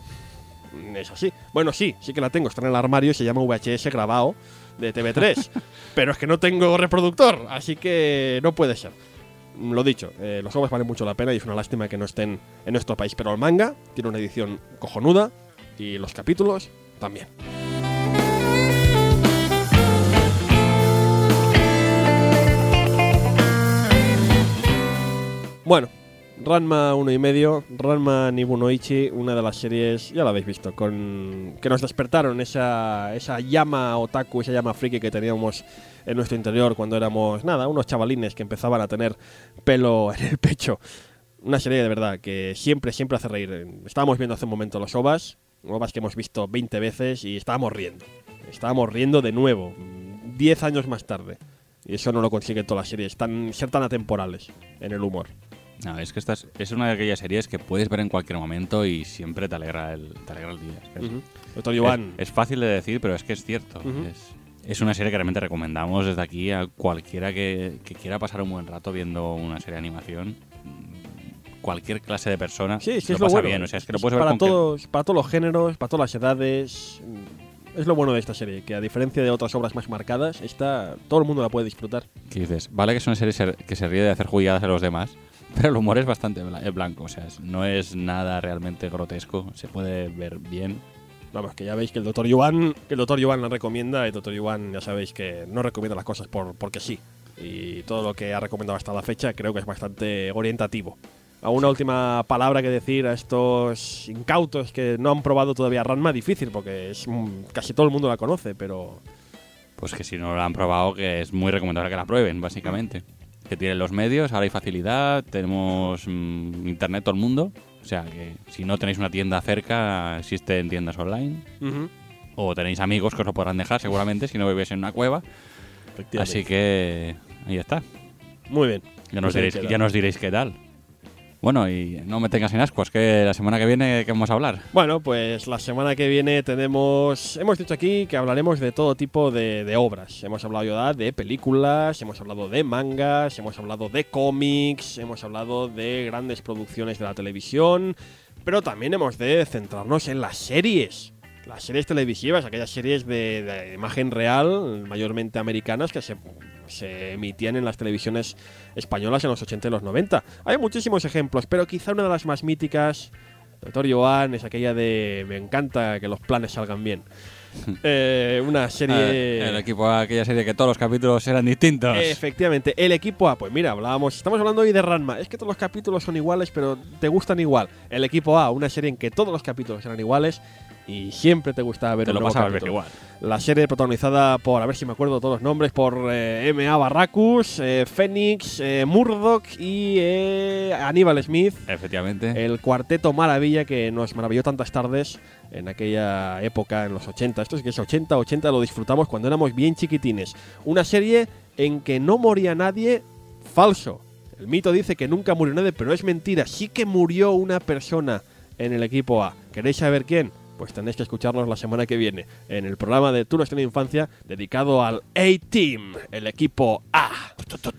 Es así. Bueno, sí, sí que la tengo. Está en el armario, se llama V H S grabado de T V tres. Pero es que no tengo reproductor, así que no puede ser. Lo dicho, eh, los O V As valen mucho la pena y es una lástima que no estén en nuestro país. Pero el manga tiene una edición cojonuda y los capítulos también. Bueno, Ranma uno y medio, Ranma Nibunoichi, una de las series, ya la habéis visto, con que nos despertaron esa, esa llama otaku, esa llama friki que teníamos en nuestro interior cuando éramos, nada, unos chavalines que empezaban a tener pelo en el pecho. Una serie de verdad que siempre, siempre hace reír. Estábamos viendo hace un momento los O V As, O V As que hemos visto veinte veces y estábamos riendo. Estábamos riendo de nuevo, diez años más tarde. Y eso no lo consiguen todas las series, tan, ser tan atemporales en el humor. No, es que esta es, es una de aquellas series que puedes ver en cualquier momento y siempre te alegra el, te alegra el día. Es, Uh-huh. Doctor Yuan. es, es fácil de decir, pero es que es cierto. Uh-huh. Es, es una serie que realmente recomendamos desde aquí a cualquiera que, que quiera pasar un buen rato viendo una serie de animación. Cualquier clase de persona Sí, sí, lo es lo pasa bueno. bien. O sea, es que lo Es puedes ver para con que- todos, para todos los géneros, para todas las edades. Es lo bueno de esta serie, que a diferencia de otras obras más marcadas, esta todo el mundo la puede disfrutar. ¿Qué dices? Vale que es una serie ser- que se ríe de hacer jugadas a los demás, pero el humor es bastante bla- es blanco. O sea, es- no es nada realmente grotesco. Se puede ver bien. Vamos, que ya veis que el Doctor Yuan, que el Doctor Yuan la recomienda, el Doctor Yuan ya sabéis que no recomienda las cosas por porque sí. Y todo lo que ha recomendado hasta la fecha creo que es bastante orientativo. ¿Alguna última palabra que decir a estos incautos que no han probado todavía Ranma? Difícil, porque es mm, casi todo el mundo la conoce, pero... Pues que si no lo han probado, que es muy recomendable que la prueben, básicamente. Que tienen los medios, ahora hay facilidad, tenemos mm, internet todo el mundo. O sea, que si no tenéis una tienda cerca, existen tiendas online. Uh-huh. O tenéis amigos que os lo podrán dejar, seguramente, si no vivís en una cueva. Así que ahí está. Muy bien. Ya nos, Pues ahí diréis, queda. ya nos diréis qué tal. Bueno, y no me tengas en ascuas, que la semana que viene, ¿qué vamos a hablar? Bueno, pues la semana que viene tenemos... Hemos dicho aquí que hablaremos de todo tipo de, de obras. Hemos hablado ya de películas, hemos hablado de mangas, hemos hablado de cómics, hemos hablado de grandes producciones de la televisión, pero también hemos de centrarnos en las series. Las series televisivas, aquellas series de, de imagen real, mayormente americanas, que se, se emitían en las televisiones españolas en los ochenta y los noventa. Hay muchísimos ejemplos, pero quizá una de las más míticas, Doctor Yuan, es aquella de me encanta que los planes salgan bien. Eh, una serie... Eh, el equipo A, aquella serie que todos los capítulos eran distintos. Efectivamente, el equipo A, pues mira, hablábamos, estamos hablando hoy de Ranma, es que todos los capítulos son iguales, pero te gustan igual. El equipo A, una serie en que todos los capítulos eran iguales y siempre te gustaba ver Te un lo nuevo pasabas ver capítulo. igual. La serie protagonizada por, a ver si me acuerdo todos los nombres, por eh, M A Barracus, eh, Phoenix, eh, Murdoch y eh, Aníbal Smith. Efectivamente. El cuarteto maravilla que nos maravilló tantas tardes en aquella época, en los ochenta. Esto es que es ochenta, ochenta, lo disfrutamos cuando éramos bien chiquitines. Una serie en que no moría nadie, falso. El mito dice que nunca murió nadie, pero es mentira. Sí que murió una persona en el equipo A. ¿Queréis saber quién? Pues tenéis que escucharnos la semana que viene en el programa de Tú no estás en la infancia dedicado al A-Team, el equipo A.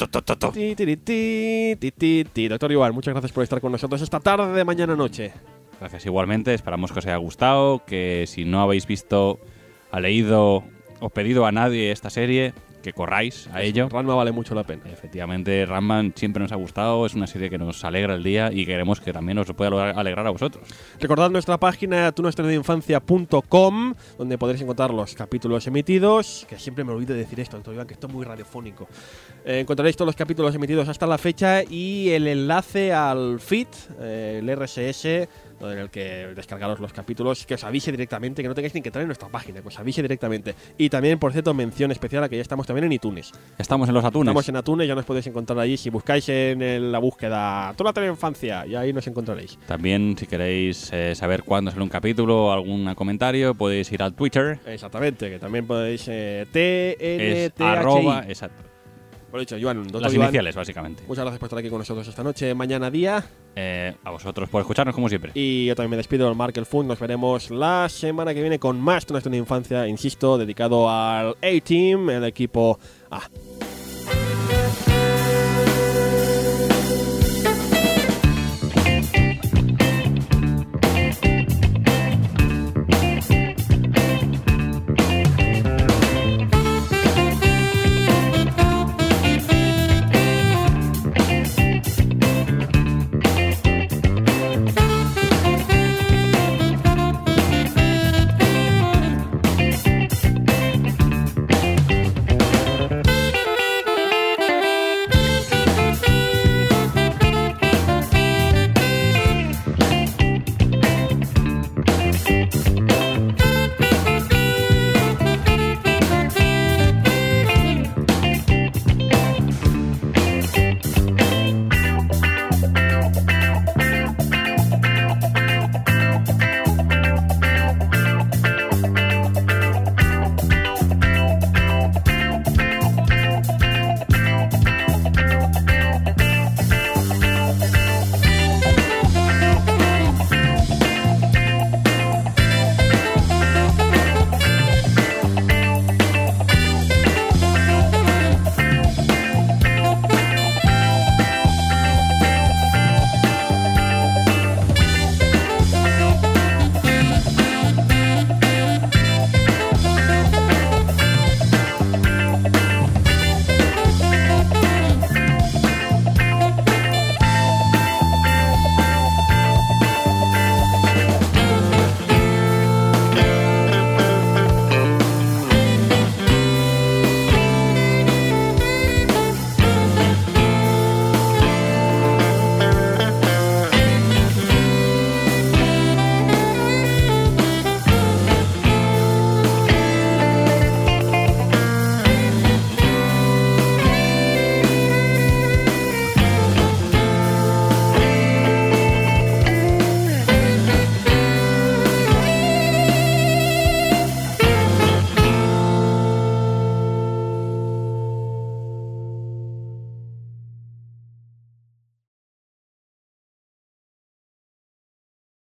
Ti, ti, ti, ti, ti, ti, ti. Doctor Yuan, muchas gracias por estar con nosotros esta tarde, mañana, noche. Gracias igualmente, esperamos que os haya gustado, que si no habéis visto, ha leído o pedido a nadie esta serie, que corráis a ello. Ranma vale mucho la pena. Efectivamente, Ranma siempre nos ha gustado, es una serie que nos alegra el día y queremos que también os pueda alegrar a vosotros. Recordad nuestra página tú no estás en la infancia punto com, donde podréis encontrar los capítulos emitidos, que siempre me olvido de decir esto, doctor Iván, que esto es muy radiofónico. Eh, encontraréis todos los capítulos emitidos hasta la fecha y el enlace al feed, eh, el R S S, en el que descargaros los capítulos, que os avise directamente, que no tengáis ni que entrar en nuestra página, que os avise directamente. Y también, por cierto, mención especial a que ya estamos también en iTunes. Estamos en los atunes. Estamos en iTunes, ya nos podéis encontrar allí. Si buscáis en el- la búsqueda Tú no estás en la infancia, y ahí nos encontraréis. También, si queréis eh, saber cuándo sale un capítulo o algún comentario, podéis ir al Twitter. Exactamente, que también podéis eh, T N Es T H I. arroba, exacto. Por dicho, Joan, doctor Las Joan, iniciales, básicamente. muchas gracias por estar aquí con nosotros esta noche, mañana día. Eh, a vosotros por escucharnos, como siempre. Y yo también me despido, Mark el Fun. Nos veremos la semana que viene con más Tú no estás en la infancia, insisto, dedicado al A-Team, el equipo A.